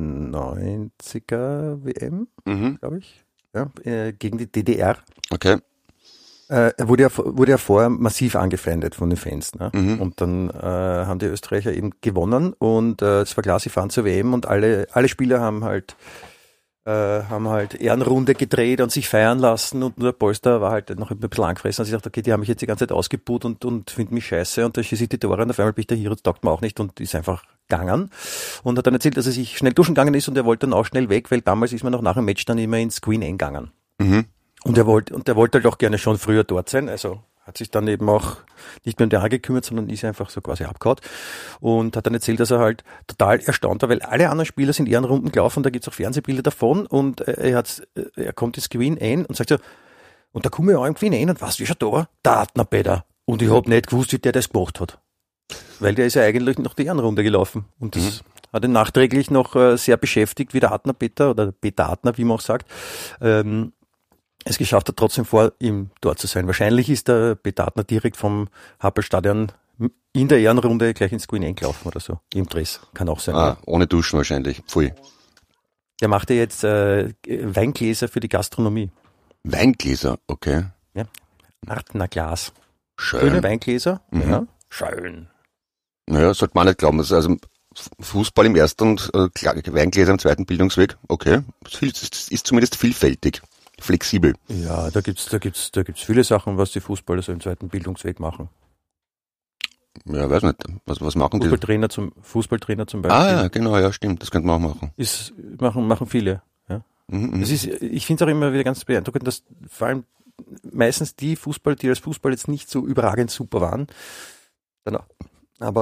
C: 90er WM, glaube ich, gegen die DDR.
D: Okay.
C: Wurde ja vorher massiv angefeindet von den Fans. Ne? Und dann haben die Österreicher eben gewonnen und es war klar, sie fahren zur WM und alle Spieler haben halt Ehrenrunde gedreht und sich feiern lassen und nur der Polster war halt noch ein bisschen angefressen und ich dachte, okay, die haben mich jetzt die ganze Zeit ausgebuht und finden mich scheiße und da schieße ich die Tore und auf einmal bin ich der Hero, das taugt mir auch nicht und ist einfach gegangen und hat dann erzählt, dass er sich schnell duschen gegangen ist und er wollte dann auch schnell weg, weil damals ist man noch nach dem Match dann immer ins Queen Anne gegangen. Und er wollte halt auch gerne schon früher dort sein, also hat sich dann eben auch nicht mehr um die Haare gekümmert, sondern ist einfach so quasi abgehauen und hat dann erzählt, dass er halt total erstaunt war, weil alle anderen Spieler sind Ehrenrunden gelaufen, da gibt's auch Fernsehbilder davon und er kommt ins Queen Anne und sagt so, und da komme ich auch im Queen Anne und was, wie schon da? Der Adner-Peter. Und ich hab nicht gewusst, wie der das gemacht hat. Weil der ist ja eigentlich noch die Ehrenrunde gelaufen und das hat ihn nachträglich noch sehr beschäftigt, wie der Adner-Peter oder Peter Adner, wie man auch sagt, es geschafft hat, trotzdem vor ihm dort zu sein. Wahrscheinlich ist der Peter Adner direkt vom Happelstadion in der Ehrenrunde gleich ins Queen eingelaufen oder so. Im Dress. Kann auch sein.
D: Ohne Duschen wahrscheinlich. Pfui.
C: Der macht ja jetzt Weingläser für die Gastronomie.
D: Weingläser, okay.
C: Ja. Adnerglas.
D: Schön.
C: Schöne Weingläser. Ja. Schön.
D: Naja, sollte man nicht glauben. Also Fußball im ersten und Weingläser im zweiten Bildungsweg, okay. Das ist zumindest vielfältig. Flexibel.
C: Ja, da gibt's viele Sachen, was die Fußballer so im zweiten Bildungsweg machen.
D: Ja, weiß nicht. Was machen die?
C: Fußballtrainer zum Beispiel.
D: Ja, genau, ja, stimmt. Das könnte man auch machen.
C: Machen viele. Ja. Ich finde es auch immer wieder ganz beeindruckend, dass vor allem meistens die Fußballer, die als Fußball jetzt nicht so überragend super waren, aber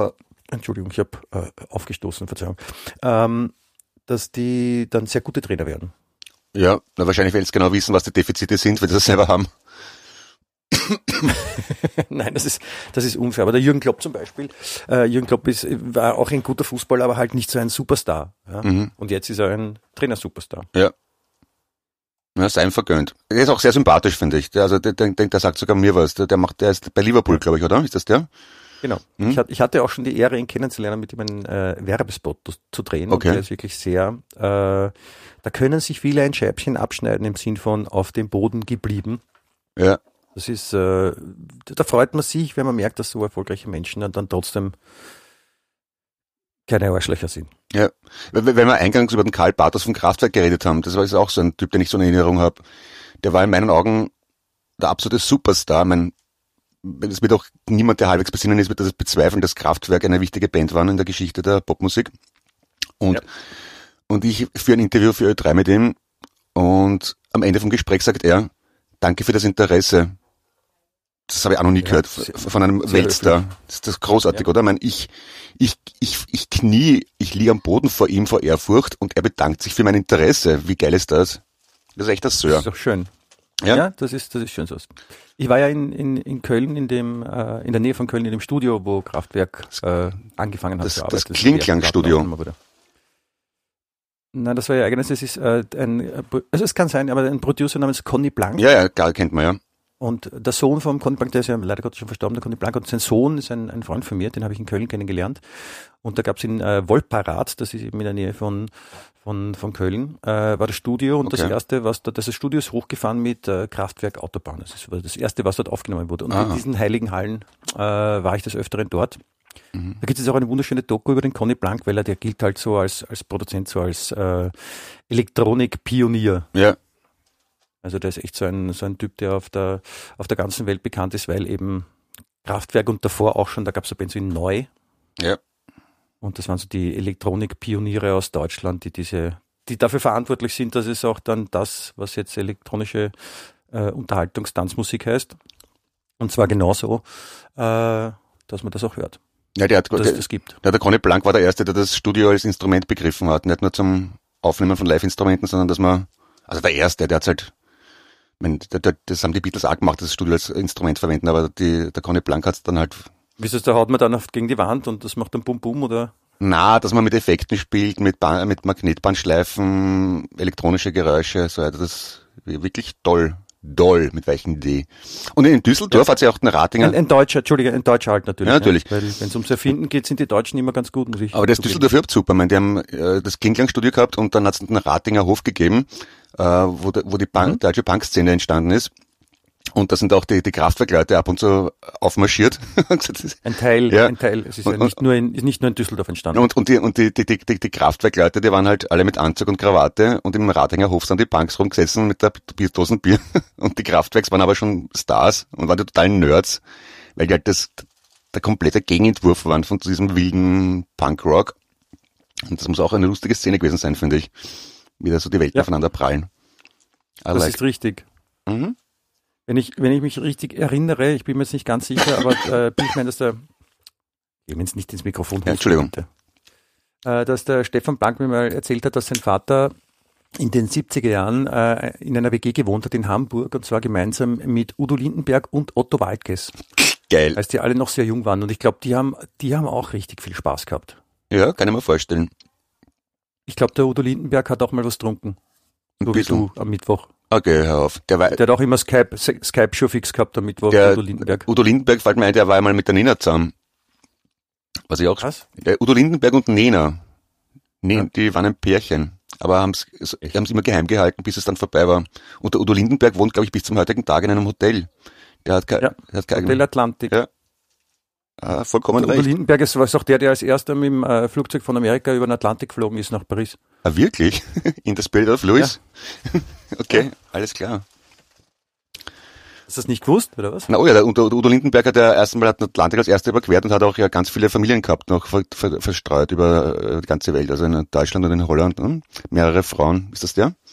C: Entschuldigung, ich habe aufgestoßen, Verzeihung, dass die dann sehr gute Trainer werden.
D: Ja, wahrscheinlich, weil sie genau wissen, was die Defizite sind, weil sie das selber haben.
C: Nein, das ist unfair. Aber der Jürgen Klopp zum Beispiel, Jürgen Klopp war auch ein guter Fußballer, aber halt nicht so ein Superstar. Ja? Und jetzt ist er ein Trainer-Superstar.
D: Ja. Ja, sei ihm vergönnt. Er ist auch sehr sympathisch, finde ich. Der sagt sogar mir was. Der ist bei Liverpool, glaube ich, oder? Ist das der?
C: Genau. Ich hatte auch schon die Ehre, ihn kennenzulernen, mit ihm einen Werbespot zu drehen.
D: Okay.
C: Und der ist wirklich sehr, da können sich viele ein Scheibchen abschneiden im Sinn von auf dem Boden geblieben.
D: Ja.
C: Das ist, da freut man sich, wenn man merkt, dass so erfolgreiche Menschen dann trotzdem keine Arschlöcher sind.
D: Ja, wenn wir eingangs über den Karl Bartos von Kraftwerk geredet haben, das war jetzt auch so ein Typ, den ich so in Erinnerung habe. Der war in meinen Augen der absolute Superstar. Es wird auch niemand, der halbwegs besinnen ist, wird das bezweifeln, dass Kraftwerk eine wichtige Band waren in der Geschichte der Popmusik. Und ich führe ein Interview für Ö3 mit ihm und am Ende vom Gespräch sagt er, danke für das Interesse. Das habe ich auch noch nie gehört von einem Weltstar. Das ist großartig, oder? Ich liege am Boden vor ihm vor Ehrfurcht und er bedankt sich für mein Interesse. Wie geil ist das? Das ist echt das Sir.
C: Das ist doch schön. Ja, das ist schön so. Ich war ja in Köln, in der Nähe von Köln, in dem Studio, wo Kraftwerk angefangen hat zu arbeiten.
D: Das Klingklang-Studio.
C: Nein, das war ja eigenes. Es ist es kann sein, aber ein Producer namens Conny Blank.
D: Ja, kennt man ja.
C: Und der Sohn vom Conny Blank, der ist ja leider Gottes schon verstorben, der Conny Blank, und sein Sohn ist ein Freund von mir, den habe ich in Köln kennengelernt. Und da gab es in Wolparath, das ist eben in der Nähe von Köln, war das Studio. Und das erste, das Studio ist hochgefahren mit Kraftwerk Autobahn. Das war das erste, was dort aufgenommen wurde. Und in diesen heiligen Hallen war ich des Öfteren dort. Da gibt es auch eine wunderschöne Doku über den Conny Blank, weil der gilt halt so als Produzent, so als Elektronik-Pionier.
D: Ja.
C: Also der ist echt so ein Typ, der auf der ganzen Welt bekannt ist, weil eben Kraftwerk und davor auch schon, da gab es eine Band so in Neu.
D: Ja. Und
C: das waren so die Elektronik-Pioniere aus Deutschland, die dafür verantwortlich sind, dass es auch dann das, was jetzt elektronische Unterhaltungstanzmusik heißt, und zwar genauso, dass man das auch hört.
D: Ja,
C: dass es das gibt.
D: Der Conny Blank war der Erste, der das Studio als Instrument begriffen hat. Nicht nur zum Aufnehmen von Live-Instrumenten, sondern der Erste, der hat's halt, das haben die Beatles auch gemacht, das Studio als Instrument verwenden, aber der Conny Blank hat's dann halt.
C: Wie ist das, da haut man dann gegen die Wand und das macht dann Bum Bum, oder?
D: Na, dass man mit Effekten spielt, mit Magnetbandschleifen, elektronische Geräusche, so weiter, das ist wirklich toll, mit welchen D. Und in Düsseldorf hat sie auch den Ratinger.
C: Ein Deutscher halt natürlich.
D: Ja, natürlich.
C: Weil wenn es ums Erfinden geht, sind die Deutschen immer ganz gut, muss ich.
D: Aber der ist Düsseldorf überhaupt super. Ich meine, die haben das Klingklang-Studio gehabt und dann hat es den Ratinger Hof gegeben, wo die deutsche Punkszene entstanden ist. Und da sind auch die Kraftwerkleute ab und zu aufmarschiert.
C: Ein Teil. Es ist nicht nur in Düsseldorf entstanden.
D: Und die Kraftwerkleute, die waren halt alle mit Anzug und Krawatte und im Ratinger Hof sind die Punks rumgesessen mit der Dosen Bier. Und die Kraftwerks waren aber schon Stars und waren die totalen Nerds, weil die halt der komplette Gegenentwurf waren von diesem wilden Punkrock. Und das muss auch eine lustige Szene gewesen sein, finde ich. Wie da so die Welten aufeinander prallen.
C: Das ist richtig. Mhm. Wenn ich mich richtig erinnere, ich bin mir jetzt nicht ganz sicher, aber bin ich meine, dass der, wenn es nicht ins Mikrofon
D: Entschuldigung.
C: Dass der Stefan Blank mir mal erzählt hat, dass sein Vater in den 70er Jahren in einer WG gewohnt hat in Hamburg, und zwar gemeinsam mit Udo Lindenberg und Otto Waalkes.
D: Geil.
C: Als die alle noch sehr jung waren, und ich glaube, die haben auch richtig viel Spaß gehabt.
D: Ja, kann ich mir vorstellen.
C: Ich glaube, der Udo Lindenberg hat auch mal was getrunken. So wie du am Mittwoch.
D: Okay, hör auf. Der
C: hat auch immer Skype schon fix gehabt am Mittwoch, Udo Lindenberg.
D: Udo Lindenberg fällt mir ein, der war einmal mit der Nena zusammen. Was ich auch.
C: Was?
D: Udo Lindenberg und Nena. Die waren ein Pärchen. Aber haben's immer geheim gehalten, bis es dann vorbei war. Und der Udo Lindenberg wohnt, glaube ich, bis zum heutigen Tag in einem Hotel. Der hat kein
C: Hotel Atlantik.
D: Ja. Vollkommen recht.
C: Udo Lindenberg war auch der als erster mit dem Flugzeug von Amerika über den Atlantik geflogen ist nach Paris.
D: Ah, wirklich? In the Spirit of Louis? Ja. Okay, alles klar.
C: Hast du das nicht gewusst, oder was?
D: Na, der Udo Lindenberg hat ja erstmal den Atlantik als erster überquert und hat auch ja ganz viele Familien gehabt, noch verstreut über die ganze Welt, also in Deutschland und in Holland. Mehrere Frauen. Ist das der?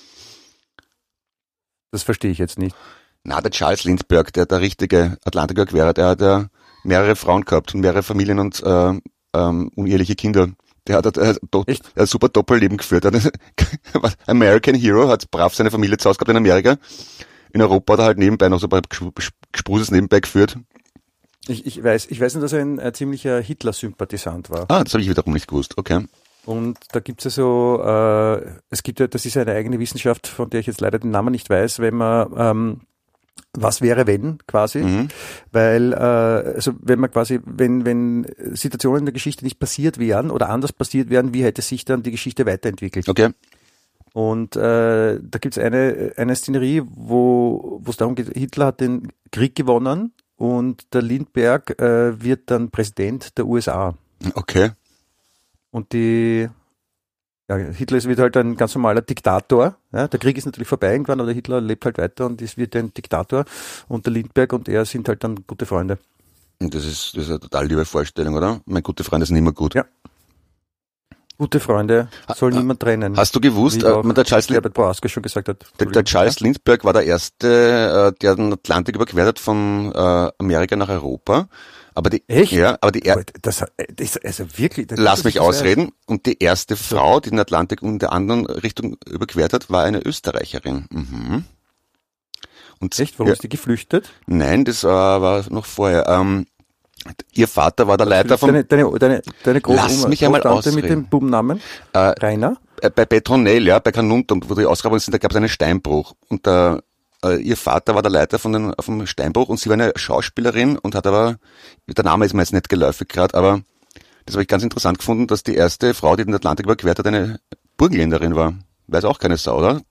C: Das verstehe ich jetzt nicht.
D: Na, der Charles Lindbergh, der richtige Atlantiküberquerer, der hat ja mehrere Frauen gehabt und mehrere Familien und uneheliche Kinder. Der hat ein super Doppelleben geführt. American Hero, hat brav seine Familie zu Hause gehabt in Amerika. In Europa hat er halt nebenbei noch so ein paar Gespruses nebenbei geführt.
C: Ich weiß nicht, dass er ein ziemlicher Hitler-Sympathisant war.
D: Ah, das habe ich wiederum nicht gewusst, okay.
C: Und da gibt's ja so, das ist eine eigene Wissenschaft, von der ich jetzt leider den Namen nicht weiß, wenn man was wäre wenn quasi, weil also wenn man quasi, wenn Situationen in der Geschichte nicht passiert wären oder anders passiert wären, wie hätte sich dann die Geschichte weiterentwickelt?
D: Okay.
C: Und da gibt's eine Szenerie, wo es darum geht, Hitler hat den Krieg gewonnen und der Lindbergh wird dann Präsident der USA.
D: Okay.
C: Und Hitler wird halt ein ganz normaler Diktator. Ja, der Krieg ist natürlich vorbei irgendwann, aber der Hitler lebt halt weiter und es wird ein Diktator. Und der Lindbergh und er sind halt dann gute Freunde.
D: Und das ist eine total liebe Vorstellung, oder? Meine gute Freunde sind immer gut.
C: Ja. Gute Freunde soll niemand trennen.
D: Hast du gewusst,
C: der Herbert Boaska schon gesagt hat.
D: Der Charles Lindbergh war der Erste, der den Atlantik überquert hat von Amerika nach Europa.
C: Echt?
D: Ja, aber
C: das also wirklich.
D: Lass mich ausreden. Und die erste Frau, die den Atlantik in der anderen Richtung überquert hat, war eine Österreicherin. Mhm. Und
C: echt? Warum ist die geflüchtet?
D: Nein, das war noch vorher. Ihr Vater war der Leiter von...
C: Deine
D: Lass mich einmal ausreden.
C: Mit dem Bubennamen? Rainer?
D: Bei Petronell, ja, bei Carnuntum, wo die Ausgrabungen sind, da gab es einen Steinbruch. Und ihr Vater war der Leiter vom Steinbruch und sie war eine Schauspielerin und hat aber, der Name ist mir jetzt nicht geläufig gerade, aber das habe ich ganz interessant gefunden, dass die erste Frau, die den Atlantik überquert hat, eine Burgenländerin war. Weiß auch keine Sau, oder?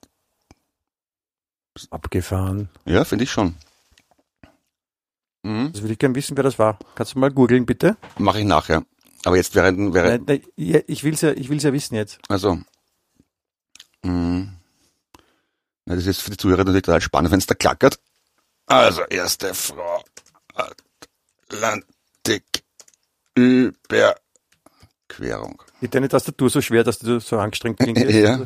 C: Abgefahren.
D: Ja, finde ich schon.
C: Das würde ich gerne wissen, wer das war. Kannst du mal googeln, bitte?
D: Mache ich nachher. Aber jetzt wäre...
C: Nein, ich will's ja wissen jetzt.
D: Also. Das ist jetzt für die Zuhörer natürlich total spannend, wenn es da klackert. Also, erste Frau Atlantik Überquerung.
C: Ist deine Tastatur so schwer, dass du so angestrengt klingst?
D: Ja.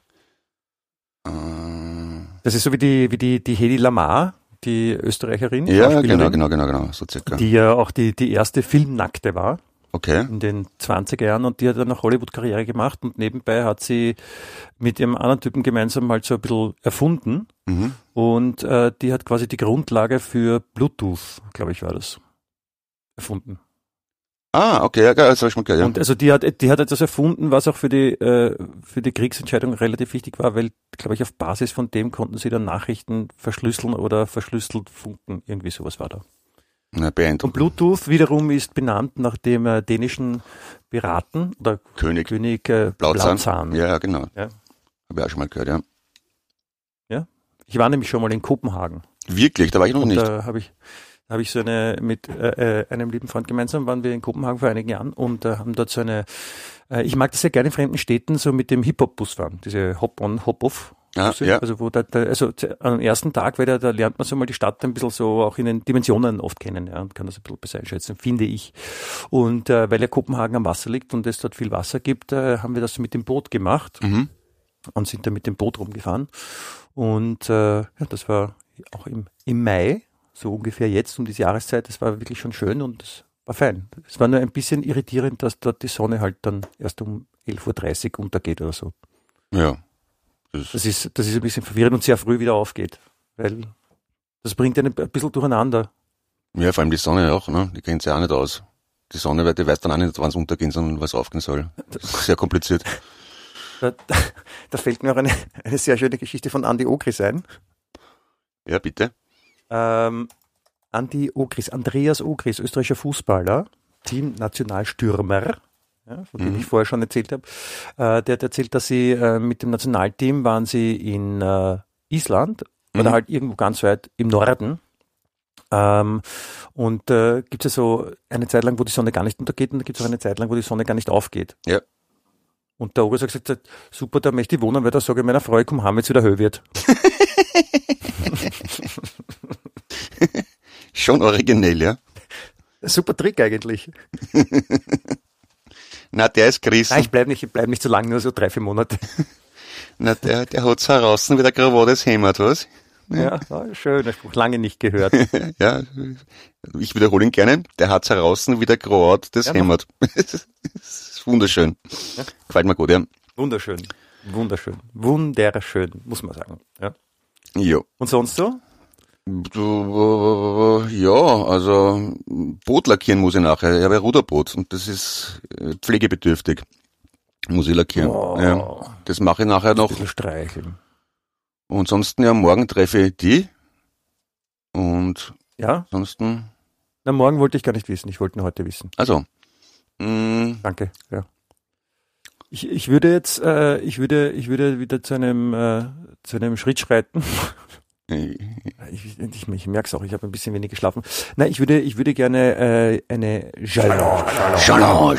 C: Das ist so wie die Hedi Lamar, die Österreicherin.
D: Ja, genau, so circa.
C: Die ja auch die erste Filmnackte war.
D: Okay.
C: In den 20er Jahren und die hat dann noch Hollywood-Karriere gemacht und nebenbei hat sie mit ihrem anderen Typen gemeinsam halt so ein bisschen erfunden und die hat quasi die Grundlage für Bluetooth, glaube ich, war das, erfunden.
D: Ah, okay, ja, das habe ich mal gehört, ja.
C: Und also die hat etwas erfunden, was auch für die Kriegsentscheidung relativ wichtig war, weil, glaube ich, auf Basis von dem konnten sie dann Nachrichten verschlüsseln oder verschlüsselt funken, irgendwie sowas war da.
D: Na, beeindruckend.
C: Und Bluetooth wiederum ist benannt nach dem dänischen Piraten oder König Blauzahn.
D: Ja, genau.
C: Ja.
D: Habe ich auch schon mal gehört, ja.
C: Ja, ich war nämlich schon mal in Kopenhagen.
D: Wirklich? Da war ich noch nicht.
C: Da habe ich so mit einem lieben Freund gemeinsam, waren wir in Kopenhagen vor einigen Jahren und haben dort so ich mag das sehr gerne in fremden Städten, so mit dem Hip-Hop-Bus fahren, diese Hop-on, Hop-off. Ja. Also am ersten Tag, weil da lernt man so mal die Stadt ein bisschen so auch in den Dimensionen oft kennen, ja, und kann das ein bisschen besser einschätzen, finde ich. Und weil ja Kopenhagen am Wasser liegt und es dort viel Wasser gibt, haben wir das mit dem Boot gemacht und sind da mit dem Boot rumgefahren. Und das war auch im Mai, so ungefähr jetzt um diese Jahreszeit, das war wirklich schon schön und das war fein. Es war nur ein bisschen irritierend, dass dort die Sonne halt dann erst um 11.30 Uhr untergeht oder so.
D: Ja.
C: Das ist ein bisschen verwirrend und sehr früh wieder aufgeht, weil das bringt einen ein bisschen durcheinander. Ja,
D: vor allem die Sonne auch, ne? Die kennt ja auch nicht aus. Die Sonne, die weiß dann auch nicht, wann es untergehen soll und was aufgehen soll. Das ist sehr kompliziert.
C: Da fällt mir auch eine sehr schöne Geschichte von Andi Ogris ein.
D: Ja, bitte.
C: Andreas Ogris, österreichischer Fußballer, Team-Nationalstürmer, ja, von dem ich vorher schon erzählt habe. Der hat erzählt, dass sie mit dem Nationalteam waren sie in Island oder halt irgendwo ganz weit im Norden. Und gibt es ja so eine Zeit lang, wo die Sonne gar nicht untergeht und da gibt es auch eine Zeit lang, wo die Sonne gar nicht aufgeht.
D: Ja.
C: Und der Ogris hat gesagt, super, da möchte ich wohnen, weil da sage ich meiner Frau, komm heim, wenn es wieder hell wird.
D: Schon originell, ja.
C: Super Trick eigentlich.
D: Na, der ist gerissen.
C: Nein, ich bleib nicht so lange, nur so 3-4 Monate.
D: Na, der hat's heraus wie der Gravodes hämmert, was?
C: Ja, schöner Spruch, lange nicht gehört.
D: Ja, ich wiederhole ihn gerne, der hat's heraus, wie der Kroat das hämmert. Das ist wunderschön. Ja. Gefällt mir gut, ja.
C: Wunderschön, muss man sagen. Ja.
D: Jo.
C: Und sonst so?
D: Ja, also Boot lackieren muss ich nachher. Ich habe ein Ruderboot und das ist pflegebedürftig. Muss ich lackieren.
C: Oh.
D: Ja, das mache ich nachher noch.
C: Ein bisschen streicheln.
D: Und ansonsten, ja, morgen treffe ich die. Und
C: ja?
D: Ansonsten.
C: Na, morgen wollte ich gar nicht wissen. Ich wollte nur heute wissen.
D: Also.
C: Danke, ja. Ich würde wieder zu einem Schritt schreiten. Ich merke es auch, ich habe ein bisschen wenig geschlafen. Nein, ich würde gerne eine Challenge.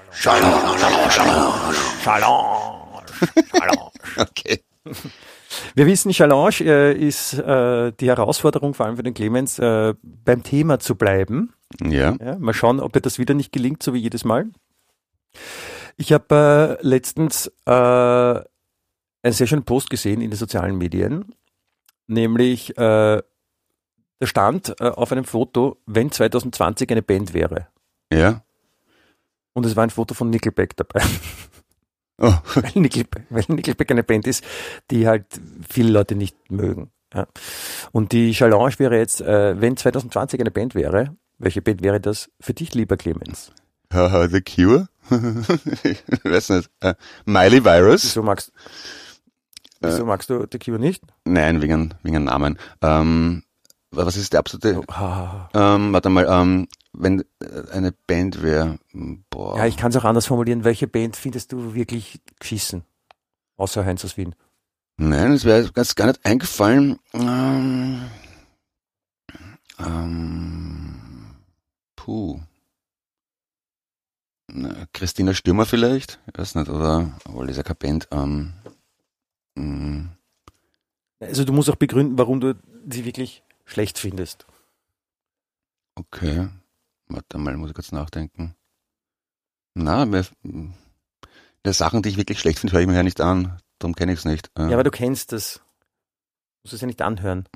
D: Okay.
C: Wir wissen, Challenge ist die Herausforderung, vor allem für den Clemens, beim Thema zu bleiben.
D: Ja.
C: Mal schauen, ob dir das wieder nicht gelingt, so wie jedes Mal. Ich habe letztens einen sehr schönen Post gesehen in den sozialen Medien, nämlich da stand auf einem Foto, wenn 2020 eine Band wäre.
D: Ja.
C: Und es war ein Foto von Nickelback dabei.
D: Oh.
C: Weil Nickelback eine Band ist, die halt viele Leute nicht mögen. Ja. Und die Challenge wäre jetzt, wenn 2020 eine Band wäre, welche Band wäre das für dich, lieber Clemens?
D: The Cure? Ich weiß nicht. Miley Virus?
C: Wieso magst du The Cure nicht?
D: Nein, wegen Namen. Was ist der absolute? Warte mal, wenn eine Band wäre, boah.
C: Ja, ich kann es auch anders formulieren. Welche Band findest du wirklich geschissen? Außer Heinz aus Wien.
D: Nein, das wäre ganz gar nicht eingefallen. Christina Stürmer vielleicht? Ich weiß nicht, oder? Obwohl, das ist ja keine Band.
C: Also du musst auch begründen, warum du sie wirklich schlecht findest.
D: Okay. Warte mal, muss ich kurz nachdenken. Die Sachen, die ich wirklich schlecht finde, höre ich mir ja nicht an. Darum kenne ich es nicht.
C: Ja, aber du kennst das. Du musst es ja nicht anhören.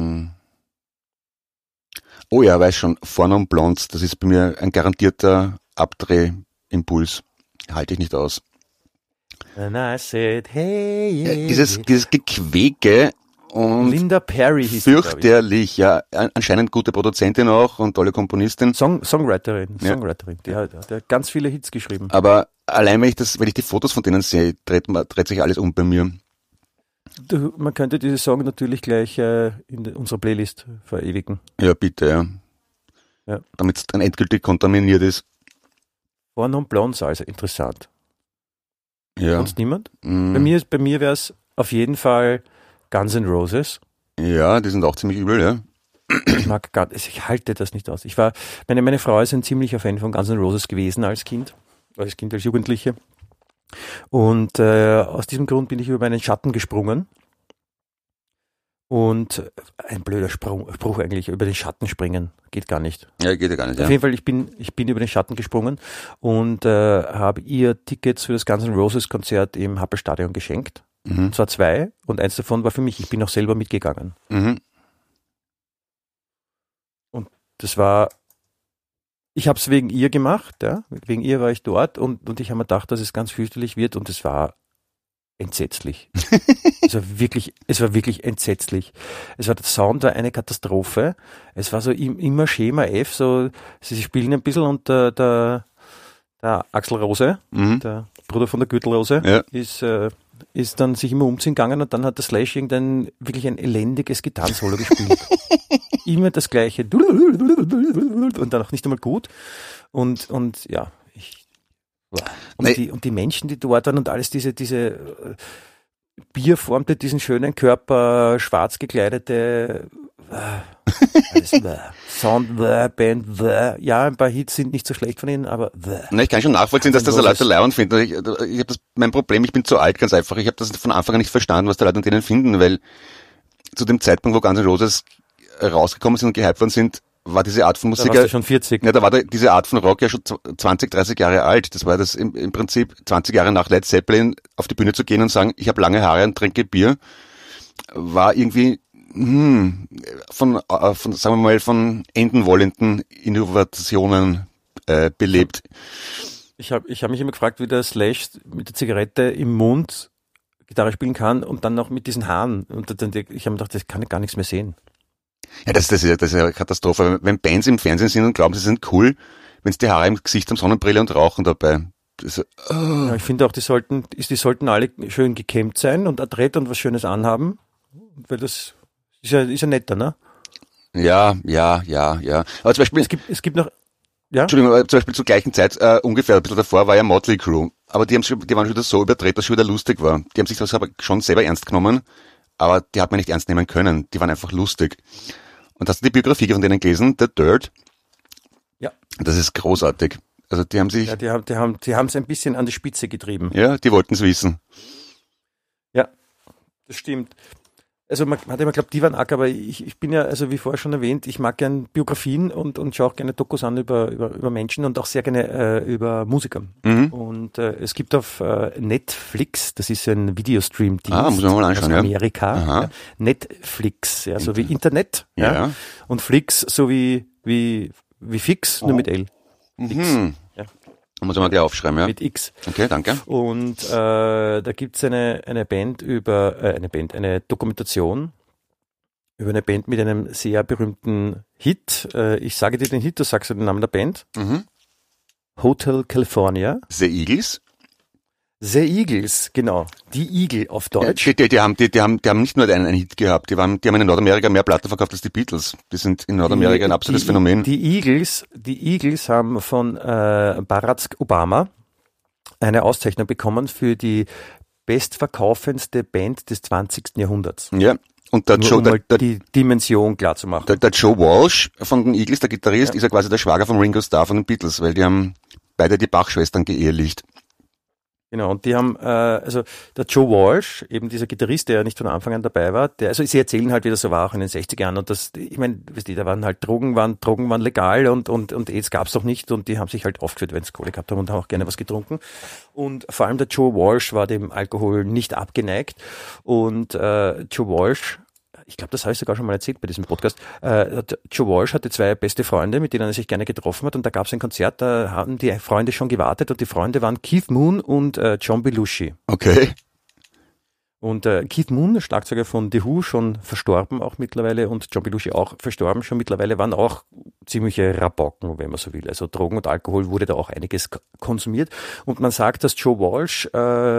D: Oh ja, weiß schon. Phonom Blondes, das ist bei mir ein garantierter Abdrehimpuls. Halte ich nicht aus.
C: And I said, hey,
D: ja, dieses Gequäke und
C: Linda Perry hieß
D: fürchterlich, ja. Anscheinend gute Produzentin auch und tolle Komponistin.
C: Songwriterin.
D: Ja.
C: Die hat ganz viele Hits geschrieben.
D: Aber allein wenn ich die Fotos von denen sehe, dreht sich alles um bei mir.
C: Man könnte diese Song natürlich gleich in unserer Playlist verewigen.
D: Ja, bitte, ja. Damit es dann endgültig kontaminiert ist.
C: Phonom Blondes, also interessant.
D: Ja.
C: Sonst niemand? Bei mir wäre es auf jeden Fall Guns N' Roses.
D: Ja, die sind auch ziemlich übel, ja.
C: Ich halte das nicht aus. Meine Frau ist ein ziemlicher Fan von Guns N' Roses gewesen als Jugendliche. Und aus diesem Grund bin ich über meinen Schatten gesprungen. Und ein blöder Spruch eigentlich, über den Schatten springen. Geht gar nicht.
D: Ja, geht ja gar nicht.
C: Auf jeden Fall, ich bin über den Schatten gesprungen und habe ihr Tickets für das Guns N' Roses Konzert im Happelstadion geschenkt. Und zwar 2 und eins davon war für mich. Ich bin auch selber mitgegangen. Und das war, ich habe es wegen ihr gemacht, ja. Wegen ihr war ich dort und ich habe mir gedacht, dass es ganz fürchterlich wird und es war entsetzlich. Es war wirklich entsetzlich. Der Sound war eine Katastrophe. Es war so immer Schema F, so, sie spielen ein bisschen und der Axl Rose, der Bruder von der Gürtelrose,
D: ja.
C: ist dann sich immer umziehen gegangen und dann hat der Slash wirklich ein elendiges Gitarrensolo gespielt. Immer das Gleiche. Und dann auch nicht einmal gut. Und ja, und die Menschen, die dort waren und alles diese Bier formte diesen schönen Körper, schwarz gekleidete Sound, Band, ja, ein paar Hits sind nicht so schlecht von ihnen, aber
D: ich kann schon nachvollziehen, dass das Leute leibend finden. Ich habe mein Problem, ich bin zu alt, ganz einfach. Ich habe das von Anfang an nicht verstanden, was die Leute an denen finden, weil zu dem Zeitpunkt, wo Guns N' Roses rausgekommen sind und gehypt worden sind, war diese Art von Musik...
C: Da warst du schon 40.
D: Ja, da war diese Art von Rock ja schon 20, 30 Jahre alt. Das war das im Prinzip 20 Jahre nach Led Zeppelin auf die Bühne zu gehen und sagen, ich habe lange Haare und trinke Bier, war irgendwie sagen wir mal, von enden wollenden Innovationen belebt.
C: Ich hab mich immer gefragt, wie der Slash mit der Zigarette im Mund Gitarre spielen kann und dann noch mit diesen Haaren. Und dann, ich habe mir gedacht, das kann ich gar nichts mehr sehen.
D: Ja, das ist eine Katastrophe. Wenn Bands im Fernsehen sind und glauben, sie sind cool, wenn sie die Haare im Gesicht haben, Sonnenbrille und rauchen dabei.
C: Ja, ich finde auch, die sollten alle schön gekämmt sein und adrett und was Schönes anhaben, weil das ist ja netter, ne?
D: Ja. Aber zum Beispiel,
C: es gibt noch, ja?
D: Entschuldigung, aber zum Beispiel zur gleichen Zeit, ungefähr ein bisschen davor, war ja Motley Crue. Aber die waren schon wieder so überdreht, dass es schon wieder lustig war. Die haben sich das aber schon selber ernst genommen, aber die hat man nicht ernst nehmen können. Die waren einfach lustig. Und hast du die Biografie von denen gelesen? The Dirt?
C: Ja.
D: Das ist großartig. Also die haben sich...
C: Ja, die haben es ein bisschen an die Spitze getrieben.
D: Ja, die wollten es wissen.
C: Ja, das stimmt. Also man hat immer geglaubt, die waren arg, aber ich bin ja, also wie vorher schon erwähnt, ich mag gern Biografien und schaue auch gerne Dokus an über Menschen und auch sehr gerne über Musiker. Und es gibt auf Netflix, das ist ein Videostream-Dienst
D: muss man mal anschauen,
C: aus Amerika, ja. Netflix, ja, so wie Internet, ja. Und Flix, so wie Fix, nur mit L. Ja.
D: Muss man gleich aufschreiben, ja.
C: Mit X.
D: Okay, danke.
C: Und da gibt's eine Dokumentation über eine Band mit einem sehr berühmten Hit. Ich sage dir den Hit, du sagst dir den Namen der Band. Hotel California.
D: The Eagles.
C: The Eagles, genau. Die Igel auf Deutsch.
D: Ja, die haben nicht nur einen Hit gehabt, die haben in Nordamerika mehr Platten verkauft als die Beatles. Die sind in Nordamerika ein absolutes Phänomen.
C: Die Eagles haben von Barack Obama eine Auszeichnung bekommen für die bestverkaufendste Band des 20. Jahrhunderts.
D: Ja. Und
C: die Dimension klar zu machen.
D: Der Joe Walsh von den Eagles, der Gitarrist, ist ja quasi der Schwager von Ringo Starr von den Beatles, weil die haben beide die Bach-Schwestern geehelicht.
C: Genau, und die haben, also der Joe Walsh, eben dieser Gitarrist, der ja nicht von Anfang an dabei war, also sie erzählen halt, wie das so war, auch in den 60er Jahren. Und das, ich meine, da waren halt Drogen waren legal und AIDS gab's doch nicht und die haben sich halt aufgeführt, wenn sie Kohle gehabt haben und haben auch gerne was getrunken. Und vor allem der Joe Walsh war dem Alkohol nicht abgeneigt. Und Joe Walsh, ich glaube, das habe ich sogar schon mal erzählt bei diesem Podcast. Joe Walsh hatte zwei beste Freunde, mit denen er sich gerne getroffen hat. Und da gab es ein Konzert, da haben die Freunde schon gewartet. Und die Freunde waren Keith Moon und John Belushi.
D: Okay.
C: Und Keith Moon, der Schlagzeuger von The Who, schon verstorben auch mittlerweile. Und John Belushi auch verstorben schon mittlerweile, waren auch ziemliche Rabauken, wenn man so will. Also Drogen und Alkohol wurde da auch einiges konsumiert. Und man sagt, dass Joe Walsh...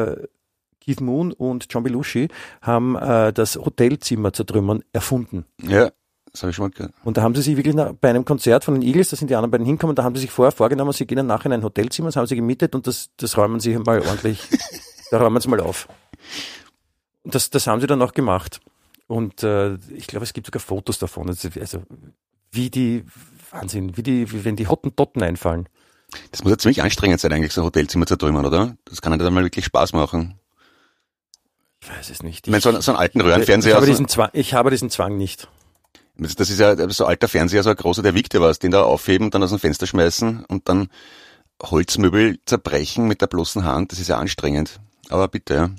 C: Keith Moon und John Belushi haben das Hotelzimmer zertrümmern erfunden.
D: Ja, das habe ich schon mal gehört.
C: Und da haben sie sich wirklich bei einem Konzert von den Eagles, da sind die anderen beiden hingekommen, da haben sie sich vorgenommen, sie gehen dann nachher in ein Hotelzimmer, das haben sie gemietet und das räumen sie mal ordentlich, da räumen sie mal auf. Und das haben sie dann auch gemacht. Und ich glaube, es gibt sogar Fotos davon. Also wenn die Hottentotten einfallen.
D: Das muss ja ziemlich anstrengend sein, eigentlich so ein Hotelzimmer zertrümmern, oder? Das kann ja dann mal wirklich Spaß machen.
C: Ich weiß es nicht.
D: Ich meine, so einen alten Röhrenfernseher...
C: Ich habe diesen Zwang nicht.
D: Das ist ja so ein alter Fernseher, so ein großer, der wiegt ja was, den da aufheben, dann aus dem Fenster schmeißen und dann Holzmöbel zerbrechen mit der bloßen Hand, das ist ja anstrengend. Aber bitte, ja.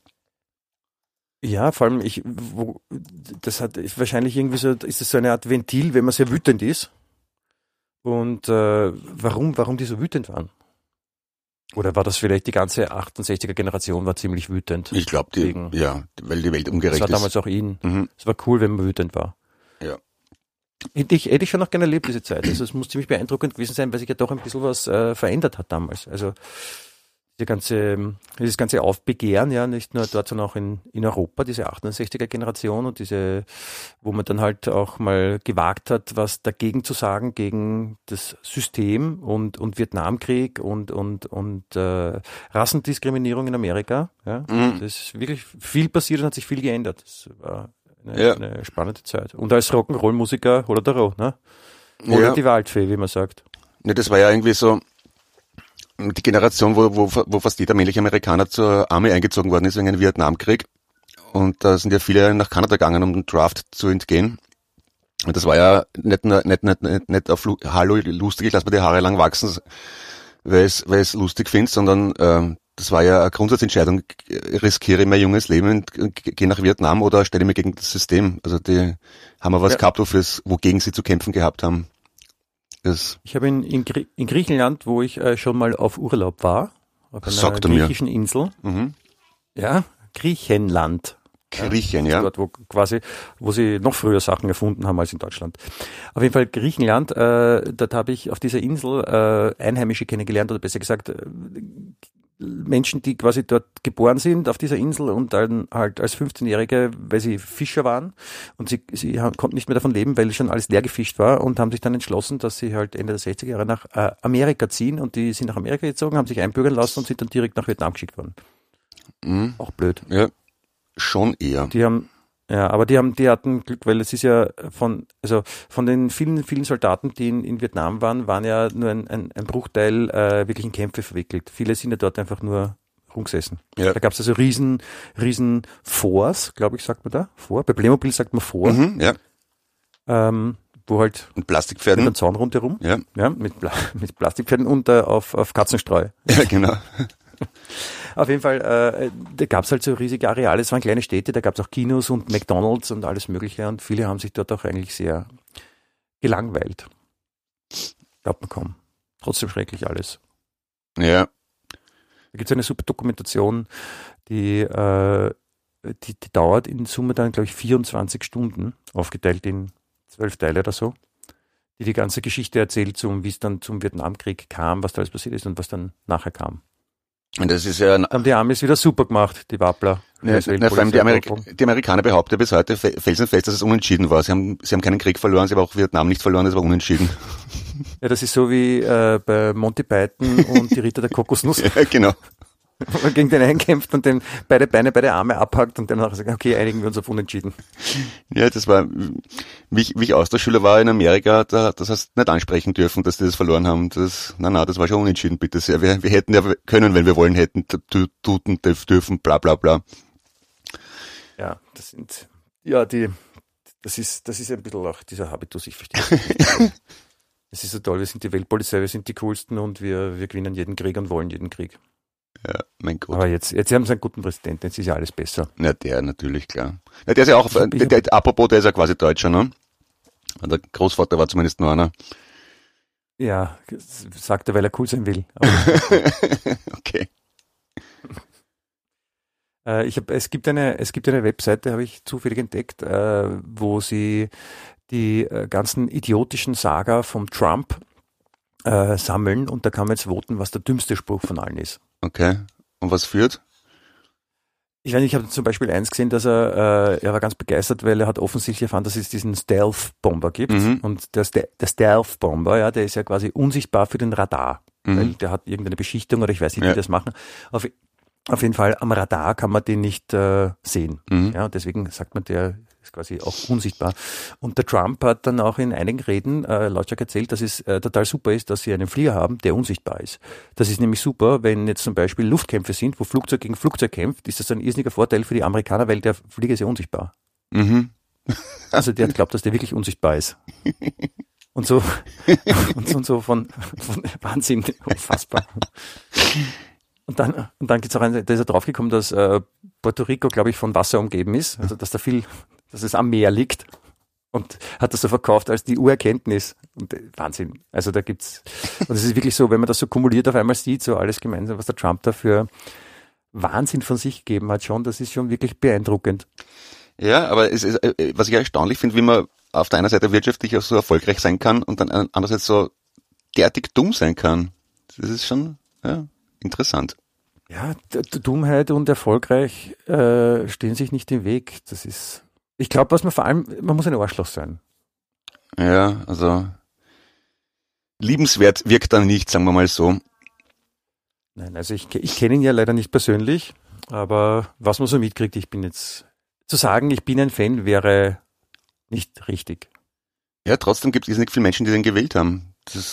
C: Ja, vor allem das hat wahrscheinlich irgendwie so, ist das so eine Art Ventil, wenn man sehr wütend ist. Und warum die so wütend waren? Oder war das vielleicht die ganze 68er-Generation war ziemlich wütend?
D: Ich glaube, weil die Welt ungerecht ist.
C: Das war damals auch ihn. Es war cool, wenn man wütend war.
D: Ja.
C: Hätte ich schon noch gerne erlebt, diese Zeit. Also es muss ziemlich beeindruckend gewesen sein, weil sich ja doch ein bisschen was verändert hat damals. Also dieses ganze Aufbegehren, ja, nicht nur dort, sondern auch in Europa, diese 68er-Generation und wo man dann halt auch mal gewagt hat, was dagegen zu sagen, gegen das System und Vietnamkrieg und Rassendiskriminierung in Amerika, ja. Das ist wirklich viel passiert und hat sich viel geändert. Das war eine spannende Zeit. Und als Rock'n'Roll-Musiker, oder der Roh, ne? Oder die Waldfee, wie man sagt.
D: Ne, das war ja irgendwie so, die Generation, wo fast jeder männliche Amerikaner zur Armee eingezogen worden ist wegen einem Vietnamkrieg. Und da sind ja viele nach Kanada gegangen, um den Draft zu entgehen. Und das war ja nicht auf Hallo lustig, ich lass mir die Haare lang wachsen, weil es lustig finde, sondern das war ja eine Grundsatzentscheidung, riskiere ich mein junges Leben und gehe nach Vietnam oder stelle mich gegen das System. Also die haben ja was gehabt, wogegen sie zu kämpfen gehabt haben.
C: Ich habe in Griechenland, wo ich schon mal auf Urlaub war, auf einer griechischen Insel. Mhm. Ja, Griechenland.
D: Griechen, ja.
C: Dort, wo sie noch früher Sachen erfunden haben als in Deutschland. Auf jeden Fall Griechenland, dort habe ich auf dieser Insel Einheimische kennengelernt, oder besser gesagt Menschen, die quasi dort geboren sind auf dieser Insel und dann halt als 15-Jährige, weil sie Fischer waren und sie konnten nicht mehr davon leben, weil schon alles leer gefischt war und haben sich dann entschlossen, dass sie halt Ende der 60er Jahre nach Amerika ziehen und die sind nach Amerika gezogen, haben sich einbürgern lassen und sind dann direkt nach Vietnam geschickt worden. Mhm. Auch blöd.
D: Ja, schon eher.
C: Aber die hatten Glück, weil es ist ja von den vielen, vielen Soldaten, die in Vietnam waren ja nur ein Bruchteil wirklich in Kämpfe verwickelt. Viele sind ja dort einfach nur rumgesessen. Ja. Da gab es also riesen Forts, glaube ich, sagt man da. Fort. Bei Playmobil sagt man Fort.
D: Mhm, ja.
C: Wo halt
D: mit Plastikpferden.
C: Mit einem Zaun rundherum.
D: Ja.
C: Ja, mit Plastikpferden und auf Katzenstreu.
D: Ja, genau.
C: Auf jeden Fall, da gab es halt so riesige Areale, es waren kleine Städte, da gab es auch Kinos und McDonalds und alles Mögliche und viele haben sich dort auch eigentlich sehr gelangweilt. Glaubt man kaum. Trotzdem schrecklich alles.
D: Ja.
C: Da gibt es eine super Dokumentation, die dauert in Summe dann, glaube ich, 24 Stunden, aufgeteilt in 12 Teile oder so, die ganze Geschichte erzählt, wie es dann zum Vietnamkrieg kam, was da alles passiert ist und was dann nachher kam.
D: Und das ist ja
C: haben die Amis wieder super gemacht, die Wappler.
D: Ja, vor allem die Amerikaner behaupten bis heute felsenfest, dass es unentschieden war. Sie haben keinen Krieg verloren, sie haben auch Vietnam nicht verloren, es war unentschieden.
C: Ja, das ist so wie bei Monty Python und die Ritter der Kokosnuss.
D: Ja, genau.
C: Wo man gegen den einen kämpft und den beide Beine, beide Arme abhackt und dann nachher sagt, okay, einigen wir uns auf unentschieden.
D: Ja, das war, wie ich Austauschschüler war in Amerika, das hast du nicht ansprechen dürfen, dass die das verloren haben. Das war schon unentschieden, bitte sehr. Wir hätten ja können, wenn wir wollen hätten, tuten, dürfen, bla bla bla.
C: Ja, das ist ein bisschen auch dieser Habitus, ich verstehe. Es ist so toll, wir sind die Weltpolizei, wir sind die coolsten und wir gewinnen jeden Krieg und wollen jeden Krieg.
D: Ja, mein Gott.
C: Aber jetzt haben sie einen guten Präsidenten, jetzt ist ja alles besser.
D: Ja, der natürlich, klar. Ja, der ist ja auch, apropos, der ist ja quasi Deutscher, ne? Der Großvater war zumindest nur einer.
C: Ja, sagt er, weil er cool sein will.
D: Okay.
C: Es gibt eine Webseite, habe ich zufällig entdeckt, wo sie die ganzen idiotischen Saga vom Trump sammeln und da kann man jetzt voten, was der dümmste Spruch von allen ist.
D: Okay. Und was führt?
C: Ich habe zum Beispiel eins gesehen, dass er war ganz begeistert, weil er hat offensichtlich erfahren, dass es diesen Stealth-Bomber gibt. Mhm. Und der Stealth-Bomber, ja, der ist ja quasi unsichtbar für den Radar. Mhm. Weil der hat irgendeine Beschichtung oder ich weiß nicht, wie die das machen. Auf jeden Fall am Radar kann man den nicht sehen. Mhm. Ja, deswegen sagt man, der ist quasi auch unsichtbar. Und der Trump hat dann auch in einigen Reden lautstark erzählt, dass es total super ist, dass sie einen Flieger haben, der unsichtbar ist. Das ist nämlich super, wenn jetzt zum Beispiel Luftkämpfe sind, wo Flugzeug gegen Flugzeug kämpft, ist das ein irrsinniger Vorteil für die Amerikaner, weil der Flieger ist ja unsichtbar. Mhm. Also der glaubt, dass der wirklich unsichtbar ist. Und so von Wahnsinn, unfassbar. Und dann gibt's auch da ist er draufgekommen, dass Puerto Rico, glaube ich, von Wasser umgeben ist, also dass es am Meer liegt und hat das so verkauft als die Urerkenntnis. Und Wahnsinn. Also da gibt's, und es ist wirklich so, wenn man das so kumuliert auf einmal sieht, so alles gemeinsam, was der Trump da für Wahnsinn von sich gegeben hat schon, das ist schon wirklich beeindruckend.
D: Ja, aber es ist, was ich erstaunlich finde, wie man auf der einen Seite wirtschaftlich auch so erfolgreich sein kann und dann andererseits so derartig dumm sein kann. Das ist schon, ja, interessant.
C: Ja, Dummheit und erfolgreich stehen sich nicht im Weg. Das ist, ich glaube, man muss ein Arschloch sein.
D: Ja, also liebenswert wirkt dann nicht, sagen wir mal so.
C: Nein, also ich kenne ihn ja leider nicht persönlich, aber was man so mitkriegt, zu sagen, ich bin ein Fan, wäre nicht richtig.
D: Ja, trotzdem gibt es nicht viele Menschen, die den gewählt haben.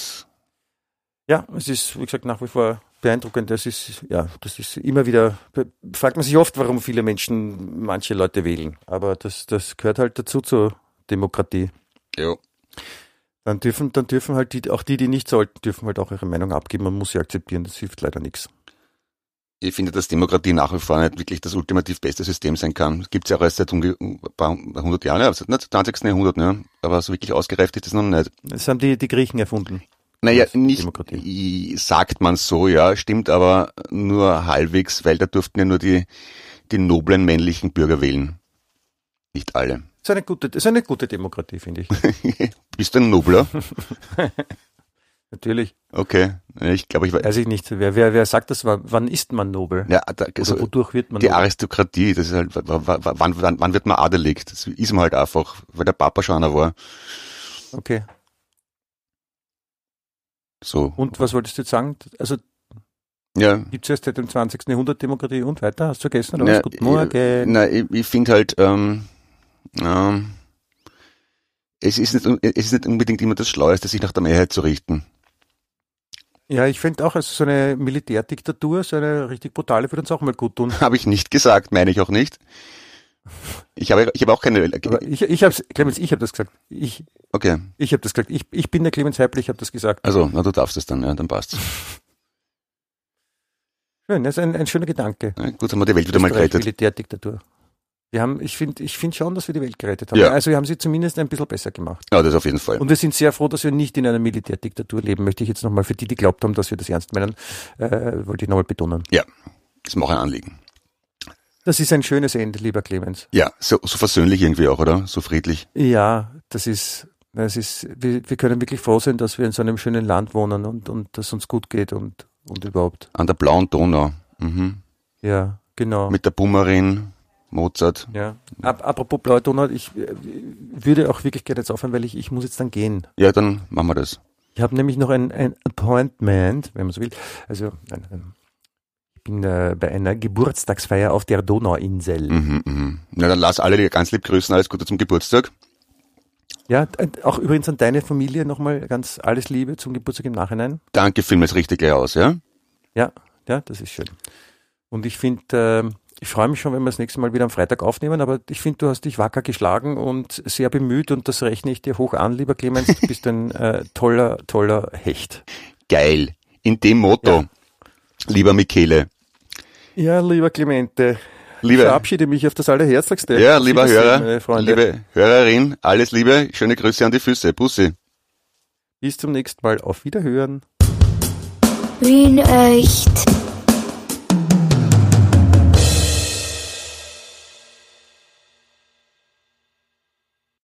C: Ja, es ist, wie gesagt, nach wie vor beeindruckend. Das ist immer wieder, fragt man sich oft, warum viele Menschen manche Leute wählen. Aber das gehört halt dazu zur Demokratie.
D: Ja.
C: Dann dürfen halt die nicht sollten, dürfen halt auch ihre Meinung abgeben. Man muss sie akzeptieren, das hilft leider nichts.
D: Ich finde, dass Demokratie nach wie vor nicht wirklich das ultimativ beste System sein kann. Gibt es ja auch erst seit ein paar 100 Jahren, also nicht 20. Jahrhundert, ne? Aber so wirklich ausgereift ist das noch nicht.
C: Das haben die Griechen erfunden.
D: Naja, nicht, sagt man so, ja, stimmt aber nur halbwegs, weil da durften ja nur die noblen männlichen Bürger wählen. Nicht alle.
C: Das ist eine gute Demokratie, finde ich.
D: Bist du ein Nobler?
C: Natürlich.
D: Okay. Ich glaube,
C: weiß ich nicht. Wer sagt das? Wann ist man nobel?
D: Ja, also
C: wodurch wird man
D: die
C: nobel?
D: Aristokratie, das ist halt, wann wird man adelig? Das ist man halt einfach, weil der Papa schon einer war.
C: Okay.
D: So.
C: Und was wolltest du jetzt sagen? Also,
D: ja.
C: Gibt es erst seit dem 20. Jahrhundert Demokratie und weiter? Hast du vergessen? Oder was? Guten Morgen.
D: Ich finde halt, es ist nicht unbedingt immer das Schlaueste, sich nach der Mehrheit zu richten.
C: Ja, ich finde auch, also so eine Militärdiktatur, so eine richtig brutale, würde uns auch mal gut tun.
D: Habe ich nicht gesagt, meine ich auch nicht. Ich habe auch keine...
C: Aber Clemens, ich habe das gesagt.
D: Okay.
C: Ich habe das gesagt. Ich bin der Clemens Heipel, ich habe das gesagt.
D: Also, na, du darfst es dann, ja, dann passt's.
C: Schön, das ist ein schöner Gedanke.
D: Ja, gut, haben wir die Welt wieder mal gerettet.
C: Militärdiktatur. Ich finde schon, dass wir die Welt gerettet haben.
D: Ja.
C: Also wir haben sie zumindest ein bisschen besser gemacht.
D: Ja, das auf jeden Fall.
C: Und wir sind sehr froh, dass wir nicht in einer Militärdiktatur leben, möchte ich jetzt nochmal für die glaubt haben, dass wir das ernst meinen, wollte ich nochmal betonen.
D: Ja, das ist mir auch ein Anliegen.
C: Das ist ein schönes Ende, lieber Clemens.
D: Ja, so versöhnlich irgendwie auch, oder? So friedlich.
C: Ja, wir können wirklich froh sein, dass wir in so einem schönen Land wohnen und dass uns gut geht und überhaupt.
D: An der blauen Donau. Mhm.
C: Ja, genau.
D: Mit der Bummerin, Mozart.
C: Ja. Apropos blaue Donau, ich würde auch wirklich gerne jetzt aufhören, weil ich muss jetzt dann gehen.
D: Ja, dann machen wir das.
C: Ich habe nämlich noch ein Appointment, wenn man so will. Also ich bin bei einer Geburtstagsfeier auf der Donauinsel.
D: Na, dann lass alle ganz lieb grüßen, alles Gute zum Geburtstag.
C: Ja, auch übrigens an deine Familie nochmal ganz alles Liebe zum Geburtstag im Nachhinein.
D: Danke, film's richtig gleich aus, ja?
C: Ja, das ist schön. Und ich finde, ich freue mich schon, wenn wir das nächste Mal wieder am Freitag aufnehmen, aber ich finde, du hast dich wacker geschlagen und sehr bemüht und das rechne ich dir hoch an, lieber Clemens. Du bist ein toller Hecht.
D: Geil. In dem Motto, ja. Lieber Michele.
C: Ja, lieber Clemente. Ich verabschiede mich auf das Allerherzlichste.
D: Ja, lieber Hörer, liebe Hörerin, alles Liebe, schöne Grüße an die Füße. Bussi.
C: Bis zum nächsten Mal. Auf Wiederhören.
A: Wien echt.